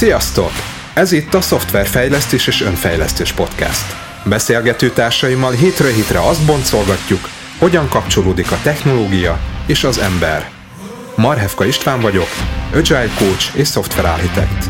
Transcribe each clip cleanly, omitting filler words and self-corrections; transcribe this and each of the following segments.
Sziasztok! Ez itt a Szoftverfejlesztés és Önfejlesztés Podcast. Beszélgető társaimmal hétről hétre azt boncolgatjuk, hogyan kapcsolódik a technológia és az ember. Marhevka István vagyok, Agile Coach és Software Architect.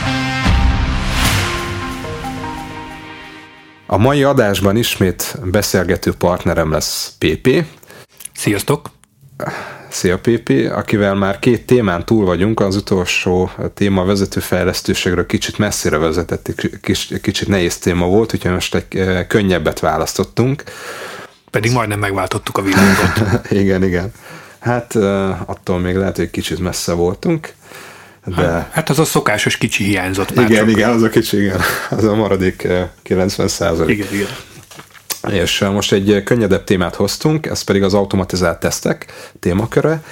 A mai adásban ismét beszélgető partnerem lesz PP. Sziasztok! Szia PP, akivel már 2 témán túl vagyunk, az utolsó téma vezetőfejlesztőségről kicsit messzire vezetett, kicsit nehéz téma volt, úgyhogy most egy könnyebbet választottunk. Pedig majdnem megváltottuk a világot. Igen. Hát attól még lehet, hogy kicsit messze voltunk. De... Hát az a szokásos kicsi hiányzott. Igen, az a kicsi, igen. Az a maradék 90%. Igen. És most egy könnyedebb témát hoztunk, ez pedig az automatizált tesztek témaköre.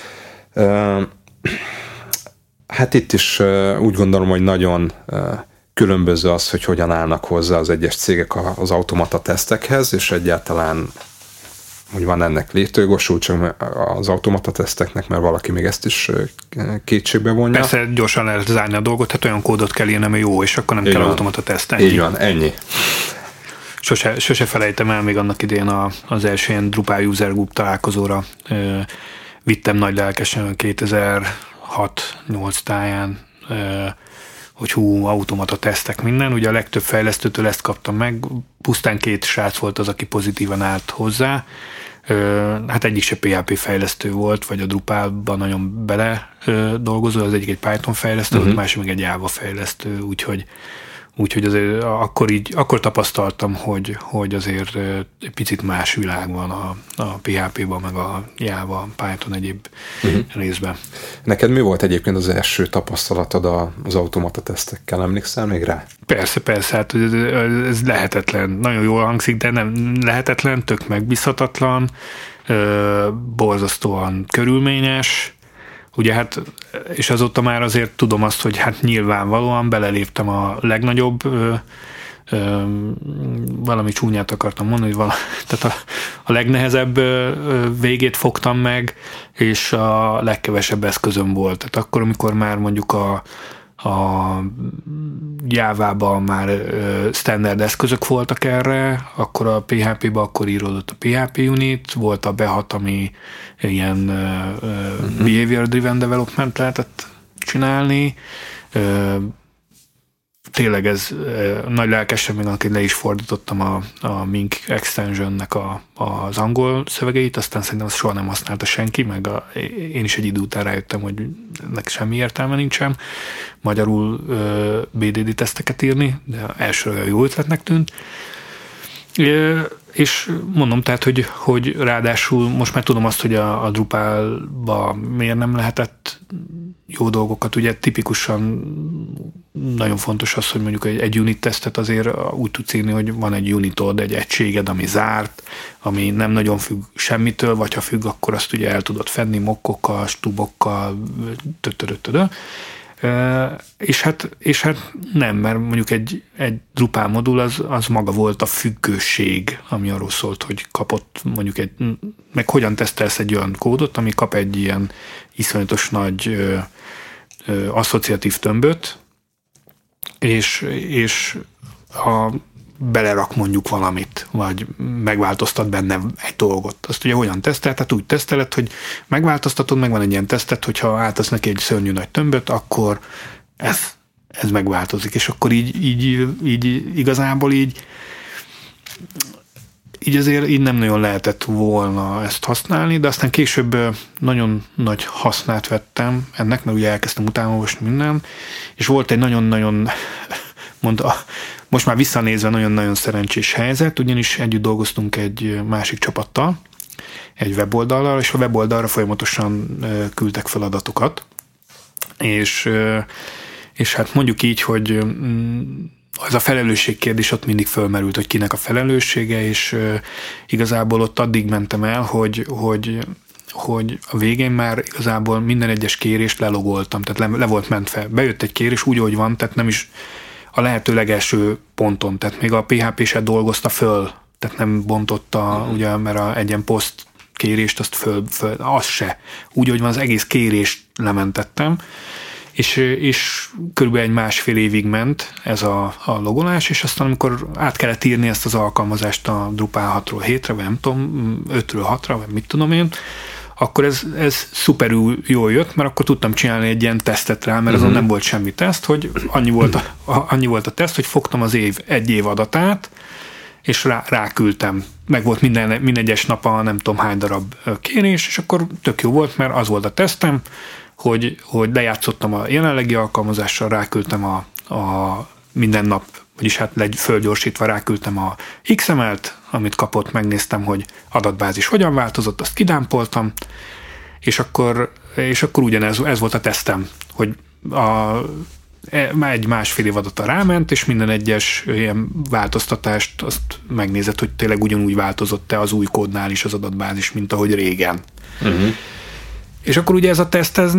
Hát itt is úgy gondolom, hogy nagyon különböző az, hogy hogyan állnak hozzá az egyes cégek az automata tesztekhez, és egyáltalán, hogy van ennek létjogosultság az automata teszteknek, mert valaki még ezt is kétségbe vonja. Persze gyorsan lehet zárni a dolgot, hát olyan kódot kell írni, ami jó, és akkor nem kell automata teszt. Így van, ennyi. Sose felejtem el, még annak idén az első ilyen Drupal User Group találkozóra vittem nagy lelkesen 2006-8 táján, hogy automata tesztek minden. Ugye a legtöbb fejlesztőtől ezt kaptam meg, pusztán 2 srác volt az, aki pozitívan állt hozzá. Hát egyik se PHP fejlesztő volt, vagy a Drupalban nagyon bele dolgozó, az egyik egy Python fejlesztő, a másik meg egy Java fejlesztő, úgyhogy azért akkor tapasztaltam, hogy azért egy picit más világ van a PHP-ban, meg a Java, Python egyéb részben. Neked mi volt egyébként az első tapasztalatod az automata tesztekkel? Emlékszel még rá? Persze, hát ez lehetetlen. Nagyon jól hangzik, de nem lehetetlen, tök megbízhatatlan, borzasztóan körülményes. Ugye hát, és azóta már azért tudom azt, hogy hát nyilvánvalóan beleléptem a legnagyobb, valami csúnyát akartam mondani, hogy tehát a legnehezebb végét fogtam meg, és a legkevesebb eszközöm volt. Tehát akkor, amikor már mondjuk a Java-ban már standard eszközök voltak erre, akkor a PHP-ban akkor íródott a PHP unit, volt a B6, ami ilyen behavior driven development lehetett csinálni. Tényleg ez nagy lelkesen, még annak le is fordítottam a Mink extensionnek az angol szövegeit, aztán szerintem azt soha nem használta senki, meg én is egy idő után rájöttem, hogy ennek semmi értelme nincsen magyarul BDD teszteket írni, de elsőre olyan jó ötletnek tűnt. És mondom tehát, hogy ráadásul most már tudom azt, hogy a Drupalba miért nem lehetett jó dolgokat. Ugye tipikusan nagyon fontos az, hogy mondjuk egy unit tesztet azért úgy tudsz írni, hogy van egy unitod, egy egységed, ami zárt, ami nem nagyon függ semmitől, vagy ha függ, akkor azt ugye el tudod fedni mockokkal, stubokkal, és hát nem, mert mondjuk egy Drupal modul az maga volt a függőség, ami arról szólt, hogy kapott mondjuk meg hogyan tesztelsz egy olyan kódot, ami kap egy ilyen iszonyatos nagy asszociatív tömböt, és ha belerak mondjuk valamit, vagy megváltoztat benne egy dolgot. Azt ugye hogyan tesztelt? Hát úgy teszteled, hogy megváltoztatod, meg van egy ilyen tesztet, hogyha átadsz neki egy szörnyű nagy tömböt, akkor ez megváltozik. És akkor így igazából így azért így nem nagyon lehetett volna ezt használni, de aztán később nagyon nagy hasznát vettem ennek, mert ugye elkezdtem utána olvasni minden, és volt egy nagyon-nagyon most már visszanézve nagyon-nagyon szerencsés helyzet, ugyanis együtt dolgoztunk egy másik csapattal, egy weboldallal, és a weboldalra folyamatosan küldtek fel adatokat, és hát mondjuk így, hogy az a felelősség kérdés ott mindig fölmerült, hogy kinek a felelőssége, és igazából ott addig mentem el, hogy a végén már igazából minden egyes kérést lelogoltam, tehát le volt mentve. Bejött egy kérés úgy, ahogy van, tehát nem is a lehető legelső ponton, tehát még a PHP se dolgozta föl, tehát nem bontotta, ugye, mert egy ilyen poszt kérést, azt föl, az se. Úgy, hogy van, az egész kérést lementettem, és körülbelül egy másfél évig ment ez a logolás, és aztán amikor át kellett írni ezt az alkalmazást a Drupal 6-ról 7-re, vagy nem tudom, 5-ről 6-ra, vagy mit tudom én, akkor ez szuperül jól jött, mert akkor tudtam csinálni egy ilyen tesztet rá, mert azon nem volt semmi teszt, hogy annyi volt a teszt, hogy fogtam az egy év adatát, és ráküldtem. Meg volt minden egyes nap a nem tudom hány darab kérés, és akkor tök jó volt, mert az volt a tesztem, hogy lejátszottam a jelenlegi alkalmazással, ráküldtem a minden nap, vagyis hát fölgyorsítva ráküldtem a XML-t, amit kapott, megnéztem, hogy adatbázis hogyan változott, azt kidámpoltam, és akkor ugyanez ez volt a tesztem, hogy egy másfél év adata ráment, és minden egyes ilyen változtatást azt megnézett, hogy tényleg ugyanúgy változott-e az új kódnál is az adatbázis, mint ahogy régen. Uh-huh. És akkor ugye ez a teszt, ez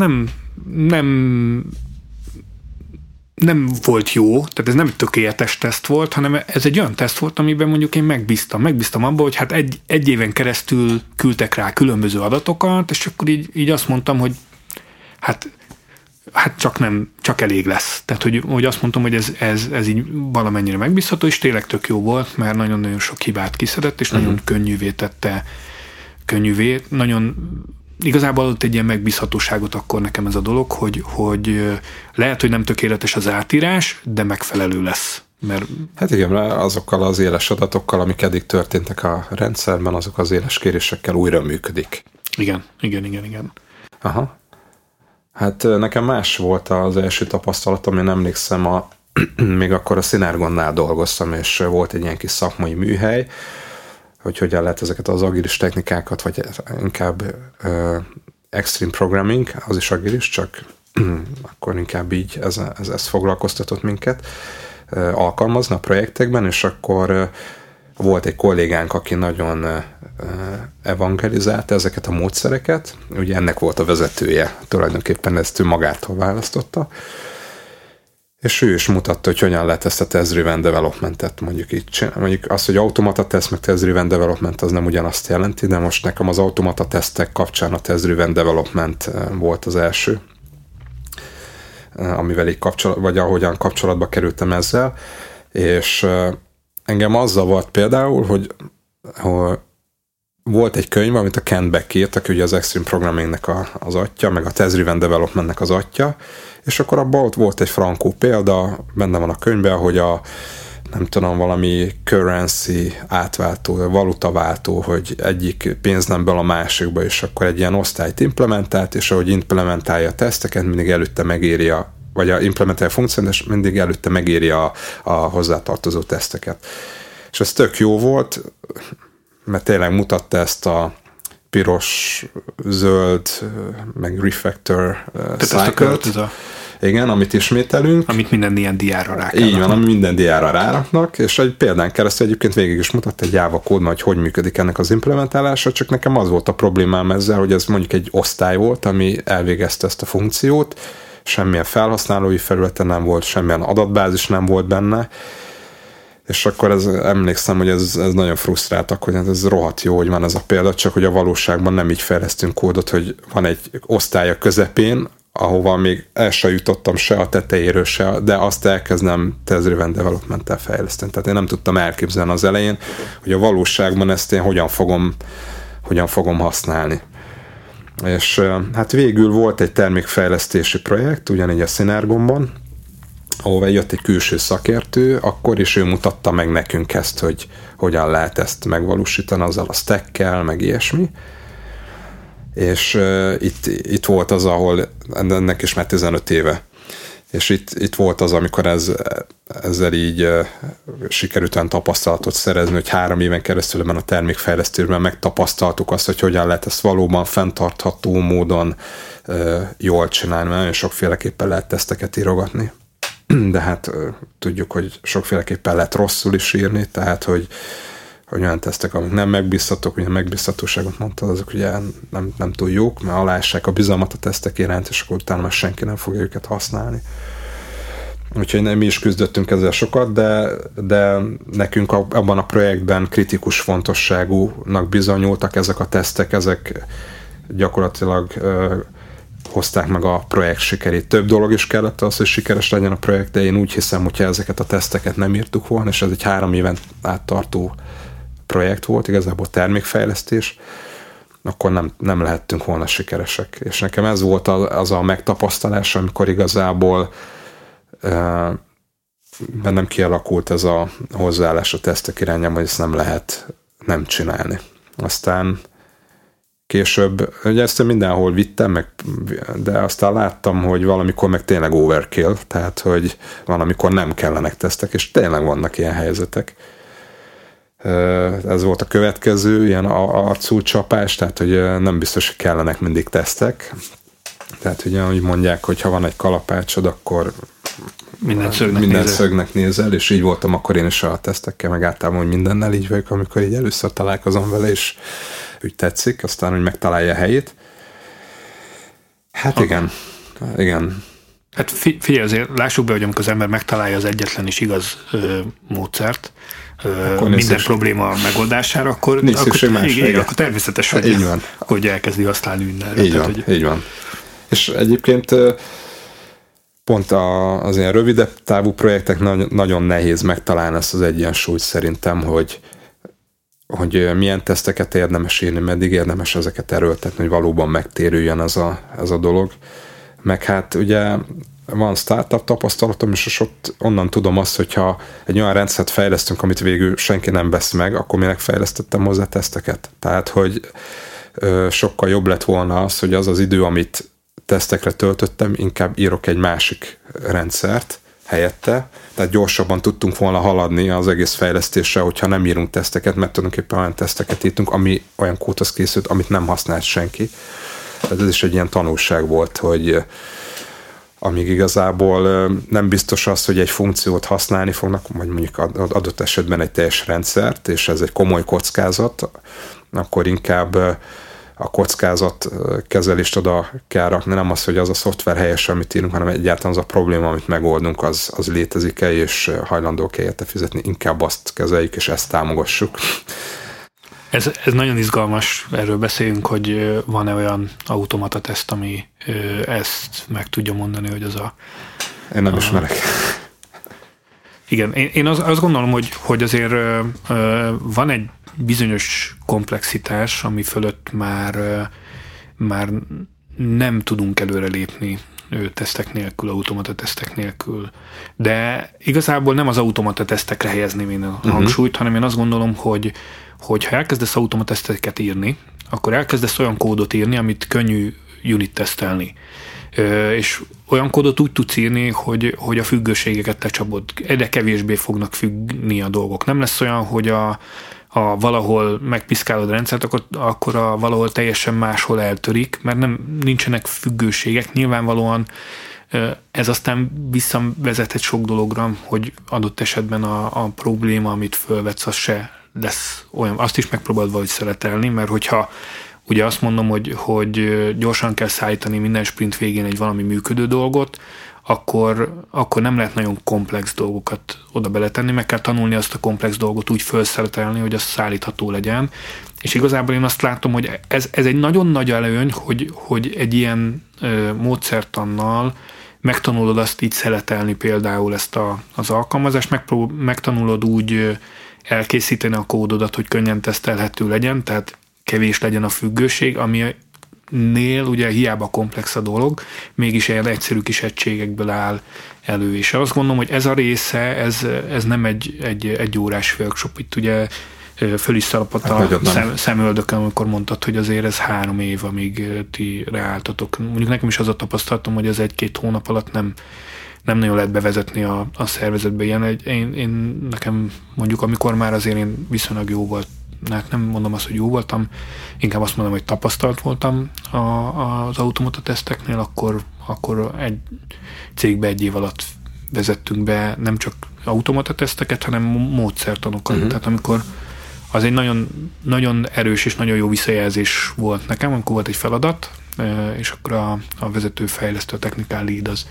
nem volt jó, tehát ez nem tökéletes teszt volt, hanem ez egy olyan teszt volt, amiben mondjuk én megbíztam abban, hogy hát egy éven keresztül küldtek rá különböző adatokat, és akkor így azt mondtam, hogy hát csak elég lesz. Tehát, hogy azt mondtam, hogy ez így valamennyire megbízható, és tényleg tök jó volt, mert nagyon-nagyon sok hibát kiszedett, és nagyon könnyűvé tette, nagyon igazából adott egy ilyen megbízhatóságot akkor nekem ez a dolog, hogy lehet, hogy nem tökéletes az átírás, de megfelelő lesz. Mert hát igen, azokkal az éles adatokkal, amik eddig történtek a rendszerben, azok az éles kérésekkel újra működik. Igen. Aha. Hát nekem más volt az első tapasztalatom, én emlékszem, még akkor a Synergonnál dolgoztam, és volt egy ilyen kis szakmai műhely, hogy hogyan lehet ezeket az agilis technikákat, vagy inkább extreme programming, az is agilis, csak akkor inkább így ez foglalkoztatott minket, alkalmazni a projektekben, és akkor volt egy kollégánk, aki nagyon evangelizálta ezeket a módszereket, ugye ennek volt a vezetője, tulajdonképpen ezt ő magától választotta, és ő is mutatta, hogy hogyan lehet ezt a test-driven developmentet mondjuk így csinálni. Mondjuk az, hogy automata teszt meg test-driven development az nem ugyanazt jelenti, de most nekem az automata tesztek kapcsán a test-driven development volt az első, amivel így vagy ahogyan kapcsolatba kerültem ezzel, és engem az zavart például, hogy volt egy könyv, amit a Kent Beck írt, aki ugye az Extreme Programmingnek az atya, meg a Test-Driven Developmentnek az atya, és akkor abban ott volt egy frankó példa, benne van a könyvben, hogy nem tudom, valami currency átváltó, valutaváltó, hogy egyik pénznemből a másikba, és akkor egy ilyen osztályt implementált, és ahogy implementálja a teszteket, mindig előtte megéri vagy implementálja a funkciót, és mindig előtte megéri a hozzátartozó teszteket. És ez tök jó volt, mert tényleg mutatta ezt a piros, zöld, meg refactor cycle-t. Igen, amit ismételünk. Amit minden ilyen diára rá kell. Így van, ami minden diára ráraknak, és egy példán keresztül egyébként végig is mutatta egy Java kódban, hogy működik ennek az implementálása, csak nekem az volt a problémám ezzel, hogy ez mondjuk egy osztály volt, ami elvégezte ezt a funkciót, semmilyen felhasználói felülete nem volt, semmilyen adatbázis nem volt benne, és akkor emlékszem, hogy ez nagyon frusztráltak, hogy ez rohadt jó, hogy van ez a példa, csak hogy a valóságban nem így fejlesztünk kódot, hogy van egy osztály a közepén, ahova még el se jutottam se a tetejéről se, de azt elkezdem test-driven development-tel fejleszteni. Tehát én nem tudtam elképzelni az elején, hogy a valóságban ezt én hogyan fogom használni. És hát végül volt egy termékfejlesztési projekt, ugyanígy a Synergonban, ahol jött egy külső szakértő, akkor is ő mutatta meg nekünk ezt, hogy hogyan lehet ezt megvalósítani azzal a stackkel, meg ilyesmi. És itt volt az, ahol ennek is már 15 éve. És itt volt az, amikor ezzel így sikerült olyan tapasztalatot szerezni, hogy 3 éven keresztül ebben a termékfejlesztésben megtapasztaltuk azt, hogy hogyan lehet ezt valóban fenntartható módon jól csinálni, mert nagyon sokféleképpen lehet teszteket írogatni. De hát tudjuk, hogy sokféleképpen lehet rosszul is írni, tehát hogy olyan tesztek, amik nem megbízhatók, ugye a megbízhatóságot mondtad, azok ugye nem túl jók, mert aláássák a bizalmat a tesztek iránt, és akkor utána már senki nem fogja őket használni. Úgyhogy mi is küzdöttünk ezzel sokat, de nekünk abban a projektben kritikus fontosságúnak bizonyultak ezek a tesztek, ezek gyakorlatilag hozták meg a projekt sikerét. Több dolog is kellett az, hogy sikeres legyen a projekt, de én úgy hiszem, hogyha ezeket a teszteket nem írtuk volna, és ez egy 3 éven át tartó projekt volt, igazából termékfejlesztés, akkor nem lehettünk volna sikeresek. És nekem ez volt az a megtapasztalás, amikor igazából bennem kialakult ez a hozzáállás a tesztek irányában, hogy ezt nem lehet nem csinálni. Aztán később, ugye ezt mindenhol vittem, de aztán láttam, hogy valamikor meg tényleg overkill, tehát hogy valamikor nem kellenek tesztek, és tényleg vannak ilyen helyzetek. Ez volt a következő, ilyen arcú csapás, tehát hogy nem biztos, hogy kellenek mindig tesztek. Tehát ugye, ahogy mondják, hogy ha van egy kalapácsod, akkor minden szögnek nézel, és így voltam akkor én is a tesztekkel, meg általában, hogy mindennel így vagyok, amikor így először találkozom vele, és úgy tetszik, aztán, hogy megtalálja a helyét. Hát igen. Hát figyelj, azért lássuk be, hogy amikor az ember megtalálja az egyetlen és igaz módszert, minden probléma megoldására, akkor természetes, hogy elkezdi használni mindenre. Így van. És egyébként pont az ilyen rövidebb távú projektek nagyon nehéz megtalálni ezt az egyensúlyt szerintem, hogy milyen teszteket érdemes írni, meddig érdemes ezeket erőltetni, hogy valóban megtérüljön ez a dolog. Meg hát ugye van startup tapasztalatom, és ott onnan tudom azt, hogyha egy olyan rendszert fejlesztünk, amit végül senki nem vesz meg, akkor minek fejlesztettem hozzá teszteket. Tehát, hogy sokkal jobb lett volna az, hogy az idő, amit tesztekre töltöttem, inkább írok egy másik rendszert helyette, tehát gyorsabban tudtunk volna haladni az egész fejlesztésre, hogyha nem írunk teszteket, mert tulajdonképpen olyan teszteket írtunk, ami olyan kódhoz készült, amit nem használt senki. Tehát ez is egy ilyen tanulság volt, hogy amíg igazából nem biztos az, hogy egy funkciót használni fognak, vagy mondjuk adott esetben egy teljes rendszert, és ez egy komoly kockázat, akkor inkább a kockázat kezelést oda kell rakni, nem az, hogy az a szoftver helyes, amit írunk, hanem egyáltalán az a probléma, amit megoldunk, az létezik-e, és hajlandók érte fizetni, inkább azt kezeljük, és ezt támogassuk. Ez nagyon izgalmas, erről beszéljünk, hogy van-e olyan automata teszt, ami ezt meg tudja mondani, hogy az a... Én nem ismerek. Igen, én azt gondolom, hogy azért van egy bizonyos komplexitás, ami fölött már nem tudunk előrelépni tesztek nélkül, automata tesztek nélkül. De igazából nem az automata tesztekre helyezném én a hangsúlyt, hanem én azt gondolom, hogy ha elkezdesz automata teszteket írni, akkor elkezdesz olyan kódot írni, amit könnyű unit tesztelni. És olyan kódot úgy tudsz írni, hogy a függőségeket te csapod. Egyre kevésbé fognak függni a dolgok. Nem lesz olyan, hogy ha valahol megpiszkálod a rendszert, akkor valahol teljesen máshol eltörik, mert nincsenek függőségek. Nyilvánvalóan ez aztán visszavezethet sok dologra, hogy adott esetben a probléma, amit fölvetsz, az se lesz olyan. Azt is megpróbálod valahogy szeletelni, mert hogyha ugye azt mondom, hogy gyorsan kell szállítani minden sprint végén egy valami működő dolgot, akkor nem lehet nagyon komplex dolgokat oda beletenni, meg kell tanulni azt a komplex dolgot úgy felszeletelni, hogy az szállítható legyen. És igazából én azt látom, hogy ez egy nagyon nagy előny, hogy egy ilyen módszertannal megtanulod azt így szeletelni például ezt az alkalmazást, megtanulod úgy elkészíteni a kódodat, hogy könnyen tesztelhető legyen, tehát kevés legyen a függőség, aminél ugye hiába komplex a dolog, mégis ilyen egyszerű kis egységekből áll elő. És azt gondolom, hogy ez a része, ez nem egy órás workshop. Itt ugye föl is szalapott a szemöldökön, amikor mondtad, hogy azért ez 3 év, amíg ti reáltatok. Mondjuk nekem is az a tapasztalatom, hogy az 1-2 hónap alatt nem nagyon lehet bevezetni a szervezetbe ilyen. Nekem mondjuk, amikor már azért én viszonylag jó volt, nem mondom azt, hogy jó voltam, inkább azt mondom, hogy tapasztalt voltam az automata teszteknél, akkor egy cégbe 1 év alatt vezettünk be nem csak automata teszteket, hanem módszertanokat. Tehát amikor az egy nagyon, nagyon erős és nagyon jó visszajelzés volt nekem, amikor volt egy feladat, és akkor a vezető fejlesztő, a technical lead az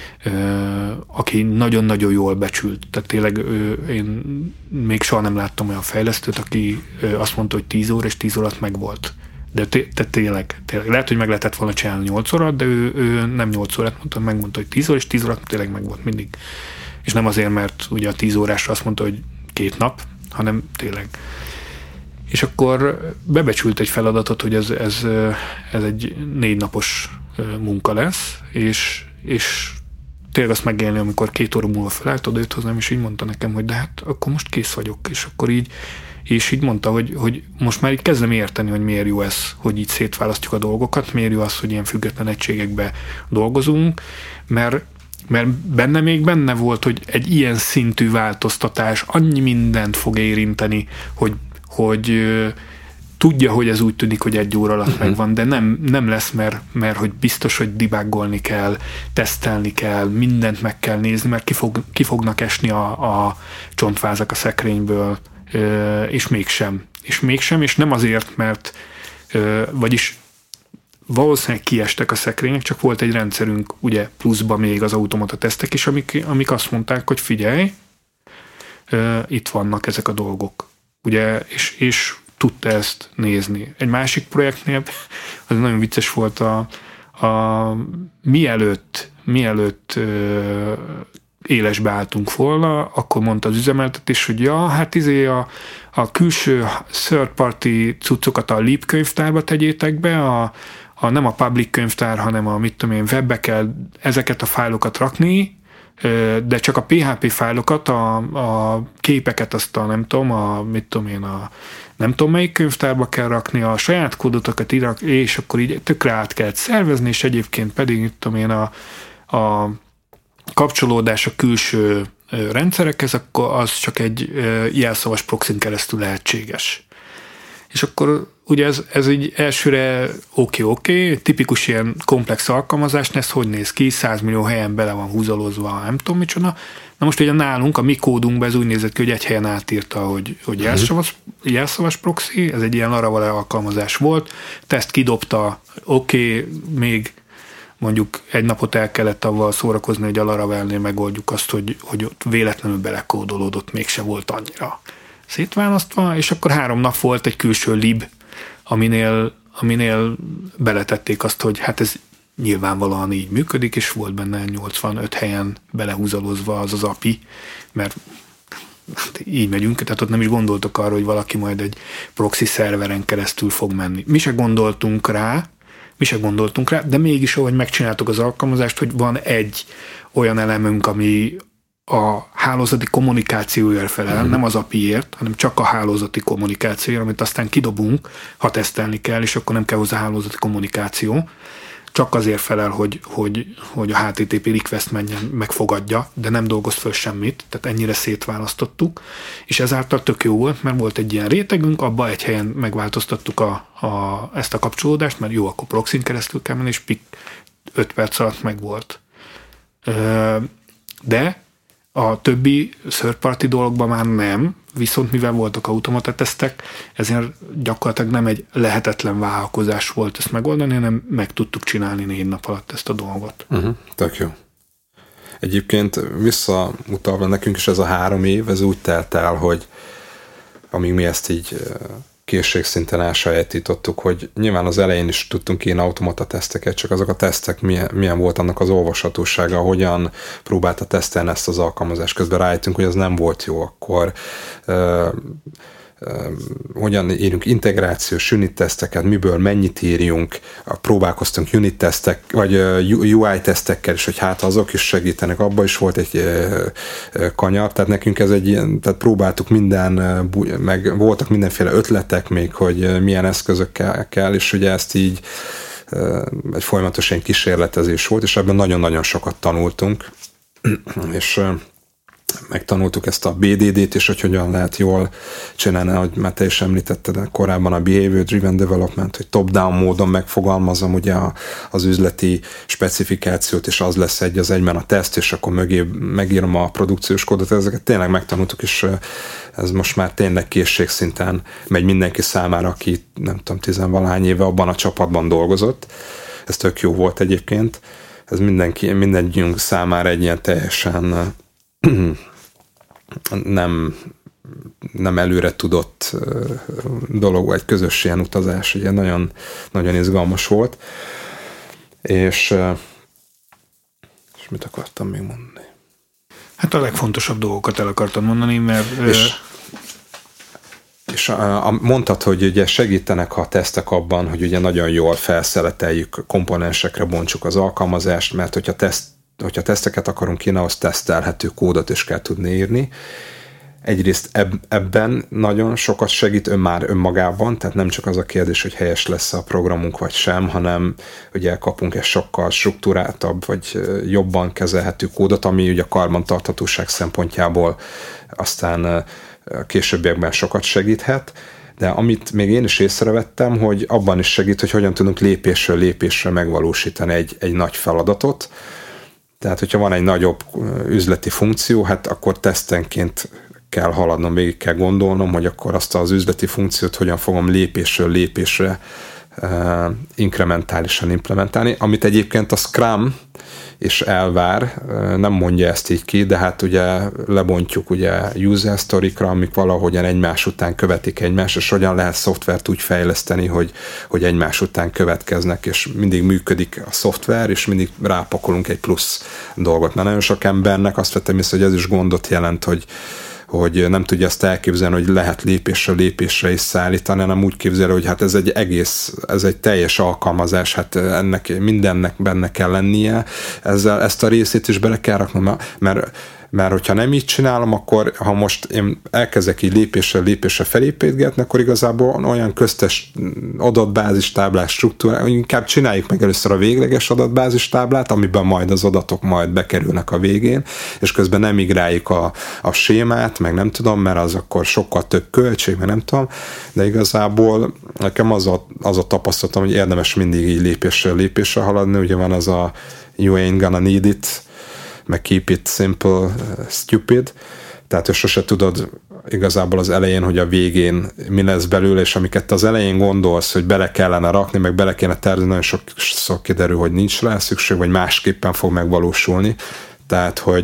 aki nagyon-nagyon jól becsült. Tehát tényleg én még soha nem láttam olyan fejlesztőt, aki azt mondta, hogy 10 óra és 10 óra alatt megvolt. De tényleg. Lehet, hogy meg lehetett volna csinálni 8 órát, de ő nem 8 órát mondta, megmondta, hogy 10 óra, és 10 órát tényleg meg volt mindig. És nem azért, mert ugye a 10 órásra azt mondta, hogy 2 nap, hanem tényleg. És akkor bebecsült egy feladatot, hogy ez egy 4 napos munka lesz, és tényleg azt megélni, amikor 2 óra múlva felállt oda jött hozzám, és így mondta nekem, hogy de hát akkor most kész vagyok, és akkor így mondta, hogy most már így kezdem érteni, hogy miért jó ez, hogy így szétválasztjuk a dolgokat, miért jó az, hogy ilyen független egységekbe dolgozunk, mert benne volt, hogy egy ilyen szintű változtatás annyi mindent fog érinteni, hogy tudja, hogy ez úgy tűnik, hogy 1 óra alatt megvan, de nem lesz, mert hogy biztos, hogy debugolni kell, tesztelni kell, mindent meg kell nézni, mert ki fognak esni a csontvázak a szekrényből, és mégsem, és nem azért, mert vagyis valószínűleg kiestek a szekrények, csak volt egy rendszerünk, ugye pluszban még az automata tesztek is, amik azt mondták, hogy figyelj, itt vannak ezek a dolgok. Ugye, és tudta ezt nézni. Egy másik projektnél az nagyon vicces volt mielőtt élesbe álltunk volna, akkor mondta az üzemeltetés, hogy ja, hát a külső third party cuccokat a Leap könyvtárba tegyétek be, nem a public könyvtár, hanem webbe kell ezeket a fájlokat rakni, de csak a PHP fájlokat, a képeket azt nem tudom melyik könyvtárba kell rakni, a saját kódotokat és akkor így tökre át kellett szervezni, és egyébként pedig a kapcsolódás a külső rendszerekhez, akkor az csak egy jelszavas proxyn keresztül lehetséges. És akkor ugye ez így elsőre oké, tipikus ilyen komplex alkalmazás, ez hogy néz ki, 100 millió helyen bele van húzalozva, nem tudom micsoda. Na most ugye nálunk, a mi kódunkban ez úgy nézett ki, hogy egy helyen átírta, hogy jelszavas proxy, ez egy ilyen Laravel alkalmazás volt, teszt kidobta, még mondjuk egy napot el kellett avval szórakozni, hogy a Laravelnél megoldjuk azt, hogy ott véletlenül belekódolódott, mégse volt annyira szétválasztva, és akkor 3 nap volt egy külső lib, aminél beletették azt, hogy hát ez nyilvánvalóan így működik, és volt benne 85 helyen belehúzalozva az API, mert így megyünk, tehát ott nem is gondoltok arra, hogy valaki majd egy proxy szerveren keresztül fog menni. Mi se gondoltunk rá, de mégis, ahogy megcsináltuk az alkalmazást, hogy van egy olyan elemünk, ami a hálózati kommunikációért felel, nem az API-ért, hanem csak a hálózati kommunikációért, amit aztán kidobunk, ha tesztelni kell, és akkor nem kell hozzá hálózati kommunikáció. Csak azért felel, hogy a HTTP request menjen, megfogadja, de nem dolgoz föl semmit, tehát ennyire szétválasztottuk, és ezáltal tök jó volt, mert volt egy ilyen rétegünk, abba egy helyen megváltoztattuk ezt a kapcsolódást, mert jó, akkor proxyn keresztül kell menni, és 5 perc alatt megvolt. De a többi third party dologban már nem, viszont mivel voltak automata tesztek, ezért gyakorlatilag nem egy lehetetlen vállalkozás volt ezt megoldani, hanem meg tudtuk csinálni 4 nap alatt ezt a dolgot. Tök jó. Egyébként visszautalva nekünk is ez a 3 év, ez úgy telt el, hogy amíg mi ezt így készségszinten elsajátítottuk, hogy nyilván az elején is tudtunk ilyen automata teszteket, csak azok a tesztek milyen volt annak az olvashatósága, hogyan próbálta tesztelni ezt az alkalmazást, közben rájöttünk, hogy ez nem volt jó, akkor hogyan írjunk integrációs unit teszteket, miből mennyit írjunk, próbálkoztunk unit tesztek, vagy UI tesztekkel is, hogy hát azok is segítenek, abban is volt egy kanyar, tehát nekünk ez egy ilyen, tehát próbáltuk meg voltak mindenféle ötletek még, hogy milyen eszközökkel kell, és ugye ezt így egy folyamatos ilyen kísérletezés volt, és ebben nagyon-nagyon sokat tanultunk, és megtanultuk ezt a BDD-t, és hogy hogyan lehet jól csinálni, ahogy már te is említetted korábban a Behavior Driven Development, hogy top-down módon megfogalmazom ugye az üzleti specifikációt, és az lesz az egyben a teszt, és akkor mögé megírom a produkciós kódot, ezeket tényleg megtanultuk, és ez most már tényleg készségszinten megy mindenki számára, aki nem tudom, 10-valahány éve abban a csapatban dolgozott. Ez tök jó volt egyébként. Ez mindegyünk számára egy ilyen teljesen nem nem előre tudott dolog, vagy közös ilyen utazás, ugye nagyon, nagyon izgalmas volt. És mit akartam még mondani? Hát a legfontosabb dolgokat el akartam mondani, mert... És mondtad, hogy ugye segítenek a tesztek abban, hogy ugye nagyon jól felszeleteljük, komponensekre bontsuk az alkalmazást, mert hogyha teszteket akarunk írni, ahhoz tesztelhető kódot is kell tudni írni. Egyrészt ebben nagyon sokat segít már önmagában, tehát nem csak az a kérdés, hogy helyes lesz a programunk vagy sem, hanem ugye kapunk egy sokkal struktúráltabb, vagy jobban kezelhető kódot, ami ugye a karbantarthatóság szempontjából aztán későbbiekben sokat segíthet, de amit még én is észrevettem, hogy abban is segít, hogy hogyan tudunk lépésről lépésre megvalósítani egy nagy feladatot. Tehát, hogyha van egy nagyobb üzleti funkció, hát akkor tesztenként kell haladnom, végig kell gondolnom, hogy akkor azt az üzleti funkciót hogyan fogom lépésről lépésre inkrementálisan implementálni, amit egyébként a Scrum és elvár, nem mondja ezt így ki, de hát ugye lebontjuk ugye user story-kra, amik valahogyan egymás után követik egymást, és hogyan lehet szoftvert úgy fejleszteni, hogy egymás után következnek, és mindig működik a szoftver, és mindig rápakolunk egy plusz dolgot. Mert nagyon sok embernek azt vettem észre, hogy ez is gondot jelent, hogy nem tudja azt elképzelni, hogy lehet lépésről lépésre is szállítani, hanem úgy képzelni, hogy hát ez egy teljes alkalmazás, hát mindennek benne kell lennie, ezt a részét is bele kell raknom, mert hogyha nem így csinálom, akkor ha most én elkezdek így lépésre felépítgetni, akkor igazából olyan köztes adatbázistáblás struktúrát, inkább csináljuk meg először a végleges adatbázistáblát, amiben majd az adatok majd bekerülnek a végén, és közben nem migráljuk a sémát, meg nem tudom, mert az akkor sokkal több költség, meg nem tudom, de igazából nekem az a tapasztalatom, hogy érdemes mindig így lépésre haladni, ugye van az a you ain't gonna need it, meg keep it simple, stupid, tehát hogy sose tudod igazából az elején, hogy a végén mi lesz belőle, és amiket az elején gondolsz, hogy bele kellene rakni, meg bele kéne tervezni, nagyon sokszor kiderül, hogy nincs rá szükség, vagy másképpen fog megvalósulni. Tehát, hogy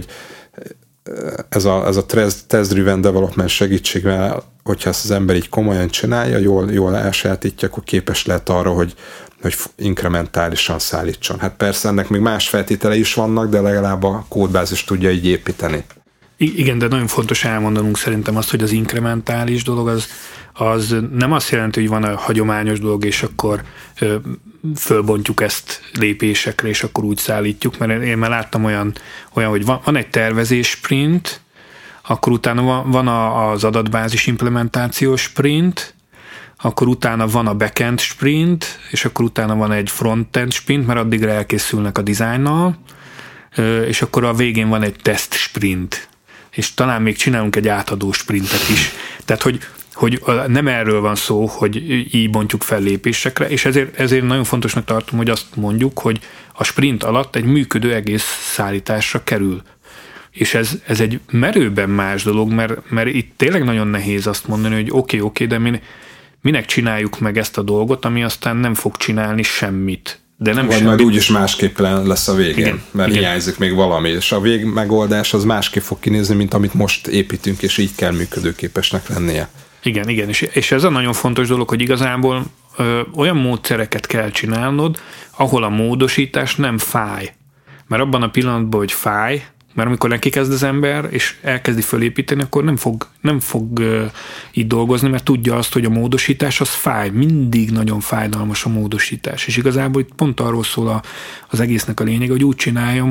ez a test-driven development segítségével, hogyha ezt az ember így komolyan csinálja, jól elsajátítja, akkor képes lehet arra, hogy inkrementálisan szállítson. Hát persze ennek még más feltételei is vannak, de legalább a kódbázis tudja így építeni. Igen, de nagyon fontos elmondanunk szerintem azt, hogy az inkrementális dolog az nem azt jelenti, hogy van a hagyományos dolog, és akkor fölbontjuk ezt lépésekre, és akkor úgy szállítjuk, mert én már láttam olyan hogy van egy tervezés sprint, akkor utána van az adatbázis implementációs sprint, akkor utána van a backend sprint, és akkor utána van egy frontend sprint, mert addigra elkészülnek a dizájnnal, és akkor a végén van egy test sprint, és talán még csinálunk egy átadó sprintet is. Tehát, hogy nem erről van szó, hogy így bontjuk fel lépésekre, és ezért nagyon fontosnak tartom, hogy azt mondjuk, hogy a sprint alatt egy működő egész szállításra kerül. És ez egy merőben más dolog, mert itt tényleg nagyon nehéz azt mondani, hogy oké, de minek csináljuk meg ezt a dolgot, ami aztán nem fog csinálni semmit. De nem vagy majd úgyis másképp lesz a végén, igen, mert hiányzik még valami, és a végmegoldás az másképp fog kinézni, mint amit most építünk, és így kell működőképesnek lennie. Igen, és ez a nagyon fontos dolog, hogy igazából olyan módszereket kell csinálnod, ahol a módosítás nem fáj. Mert abban a pillanatban, hogy fáj, mert amikor neki kezd az ember, és elkezdi fölépíteni, akkor nem fog így dolgozni, mert tudja azt, hogy a módosítás az fáj. Mindig nagyon fájdalmas a módosítás. És igazából itt pont arról szól az egésznek a lényeg, hogy úgy csináljam,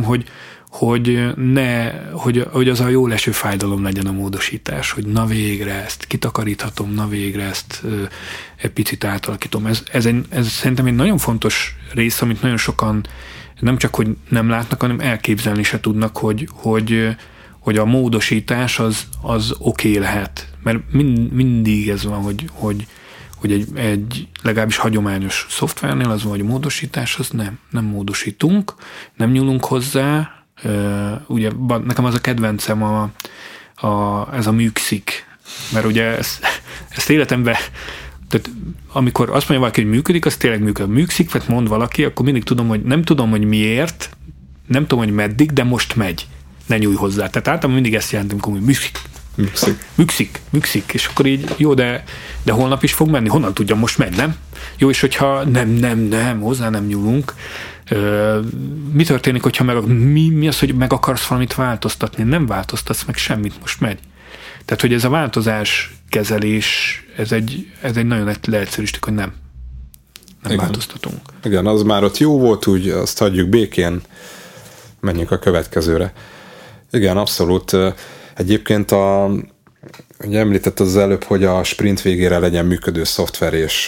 hogy az a jó leső fájdalom legyen a módosítás, hogy na végre ezt kitakaríthatom, na végre ezt egy picit átalakítom. Ez szerintem egy nagyon fontos rész, amit nagyon sokan nem csak, hogy nem látnak, hanem elképzelni se tudnak, hogy a módosítás az oké lehet. Mert mindig ez van, hogy egy legalábbis hagyományos szoftvernél az van, hogy a módosítás az nem módosítunk, nem nyúlunk hozzá. Ugye nekem az a kedvencem ez a műkszik, mert ugye ezt életemben, tehát amikor azt mondja valaki, hogy működik, az tényleg működik. Műkszik, mert mond valaki, akkor mindig tudom, hogy nem tudom, hogy miért, nem tudom, hogy meddig, de most megy. Ne nyújj hozzá. Tehát általában mindig ezt jelentem, hogy műkszik. Mükszik, és akkor így jó, de holnap is fog menni, honnan tudja, most megy, nem? Jó, és hogyha nem, hozzá nem nyúlunk, mi történik, hogyha mi az, hogy meg akarsz valamit változtatni? Nem változtatsz meg semmit, most megy. Tehát, hogy ez a változás kezelés, ez egy nagyon leegyszerűsítik, hogy nem változtatunk. Igen, az már ott jó volt, úgy azt hagyjuk békén, menjünk a következőre. Igen, abszolút. Egyébként ugye említett az előbb, hogy a sprint végére legyen működő szoftver, és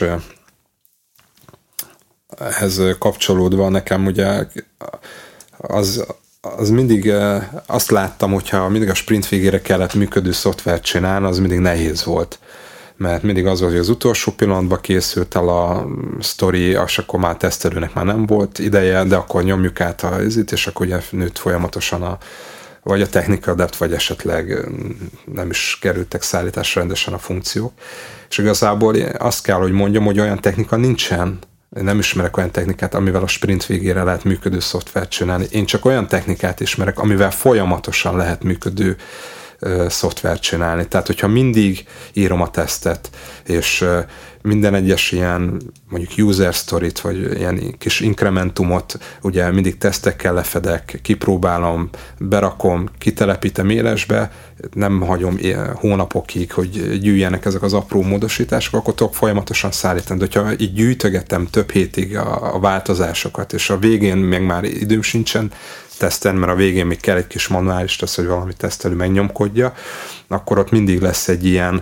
ehhez kapcsolódva nekem ugye az mindig azt láttam, hogyha mindig a sprint végére kellett működő szoftvert csinálni, az mindig nehéz volt. Mert mindig az volt, hogy az utolsó pillanatban készült el a sztori, és akkor már tesztelőnek már nem volt ideje, de akkor nyomjuk át a izit, és akkor ugye nőtt folyamatosan vagy a technical debt, vagy esetleg nem is kerültek szállításra rendesen a funkciók. És igazából azt kell, hogy mondjam, hogy olyan technika nincsen, én nem ismerek olyan technikát, amivel a sprint végére lehet működő szoftvert csinálni. Én csak olyan technikát ismerek, amivel folyamatosan lehet működő szoftvert csinálni. Tehát, hogyha mindig írom a tesztet, és minden egyes ilyen mondjuk user story-t, vagy ilyen kis inkrementumot ugye mindig tesztekkel lefedek, kipróbálom, berakom, kitelepítem élesbe, nem hagyom hónapokig, hogy gyűjjenek ezek az apró módosítások, akkor tudok folyamatosan szállítani. De hogyha így gyűjtögetem több hétig a változásokat, és a végén még már időm sincsen tesztelni, mert a végén még kell egy kis manuális tesz, hogy valami tesztelő megnyomkodja, akkor ott mindig lesz egy ilyen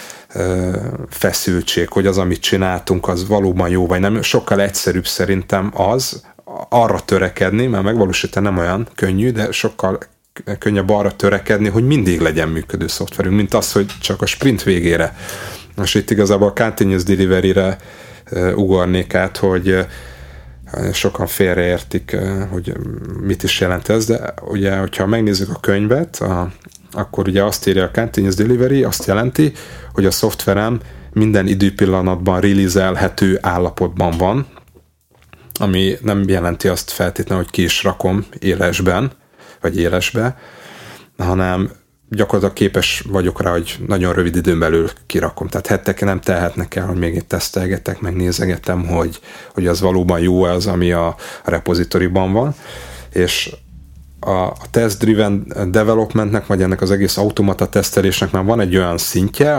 feszültség, hogy az, amit csináltunk, az valóban jó, vagy nem. Sokkal egyszerűbb szerintem az arra törekedni, mert megvalósítani nem olyan könnyű, de sokkal könnyebb arra törekedni, hogy mindig legyen működő szoftverünk, mint az, hogy csak a sprint végére. Most itt igazából a continuous delivery-re ugornék át, hogy sokan félreértik, hogy mit is jelent ez, de ugye, hogyha megnézzük a könyvet, akkor ugye azt írja a continuous delivery, azt jelenti, hogy a szoftverem minden időpillanatban release-elhető állapotban van, ami nem jelenti azt feltétlenül, hogy ki is rakom élesben, vagy élesbe, hanem gyakorlatilag képes vagyok rá, hogy nagyon rövid időn belül kirakom. Tehát hetek nem telhetnek el, hogy még itt tesztelgetek, megnézegetem, hogy az valóban jó az, ami a repozitoriban van. És a test-driven developmentnek, vagy ennek az egész automata tesztelésnek már van egy olyan szintje,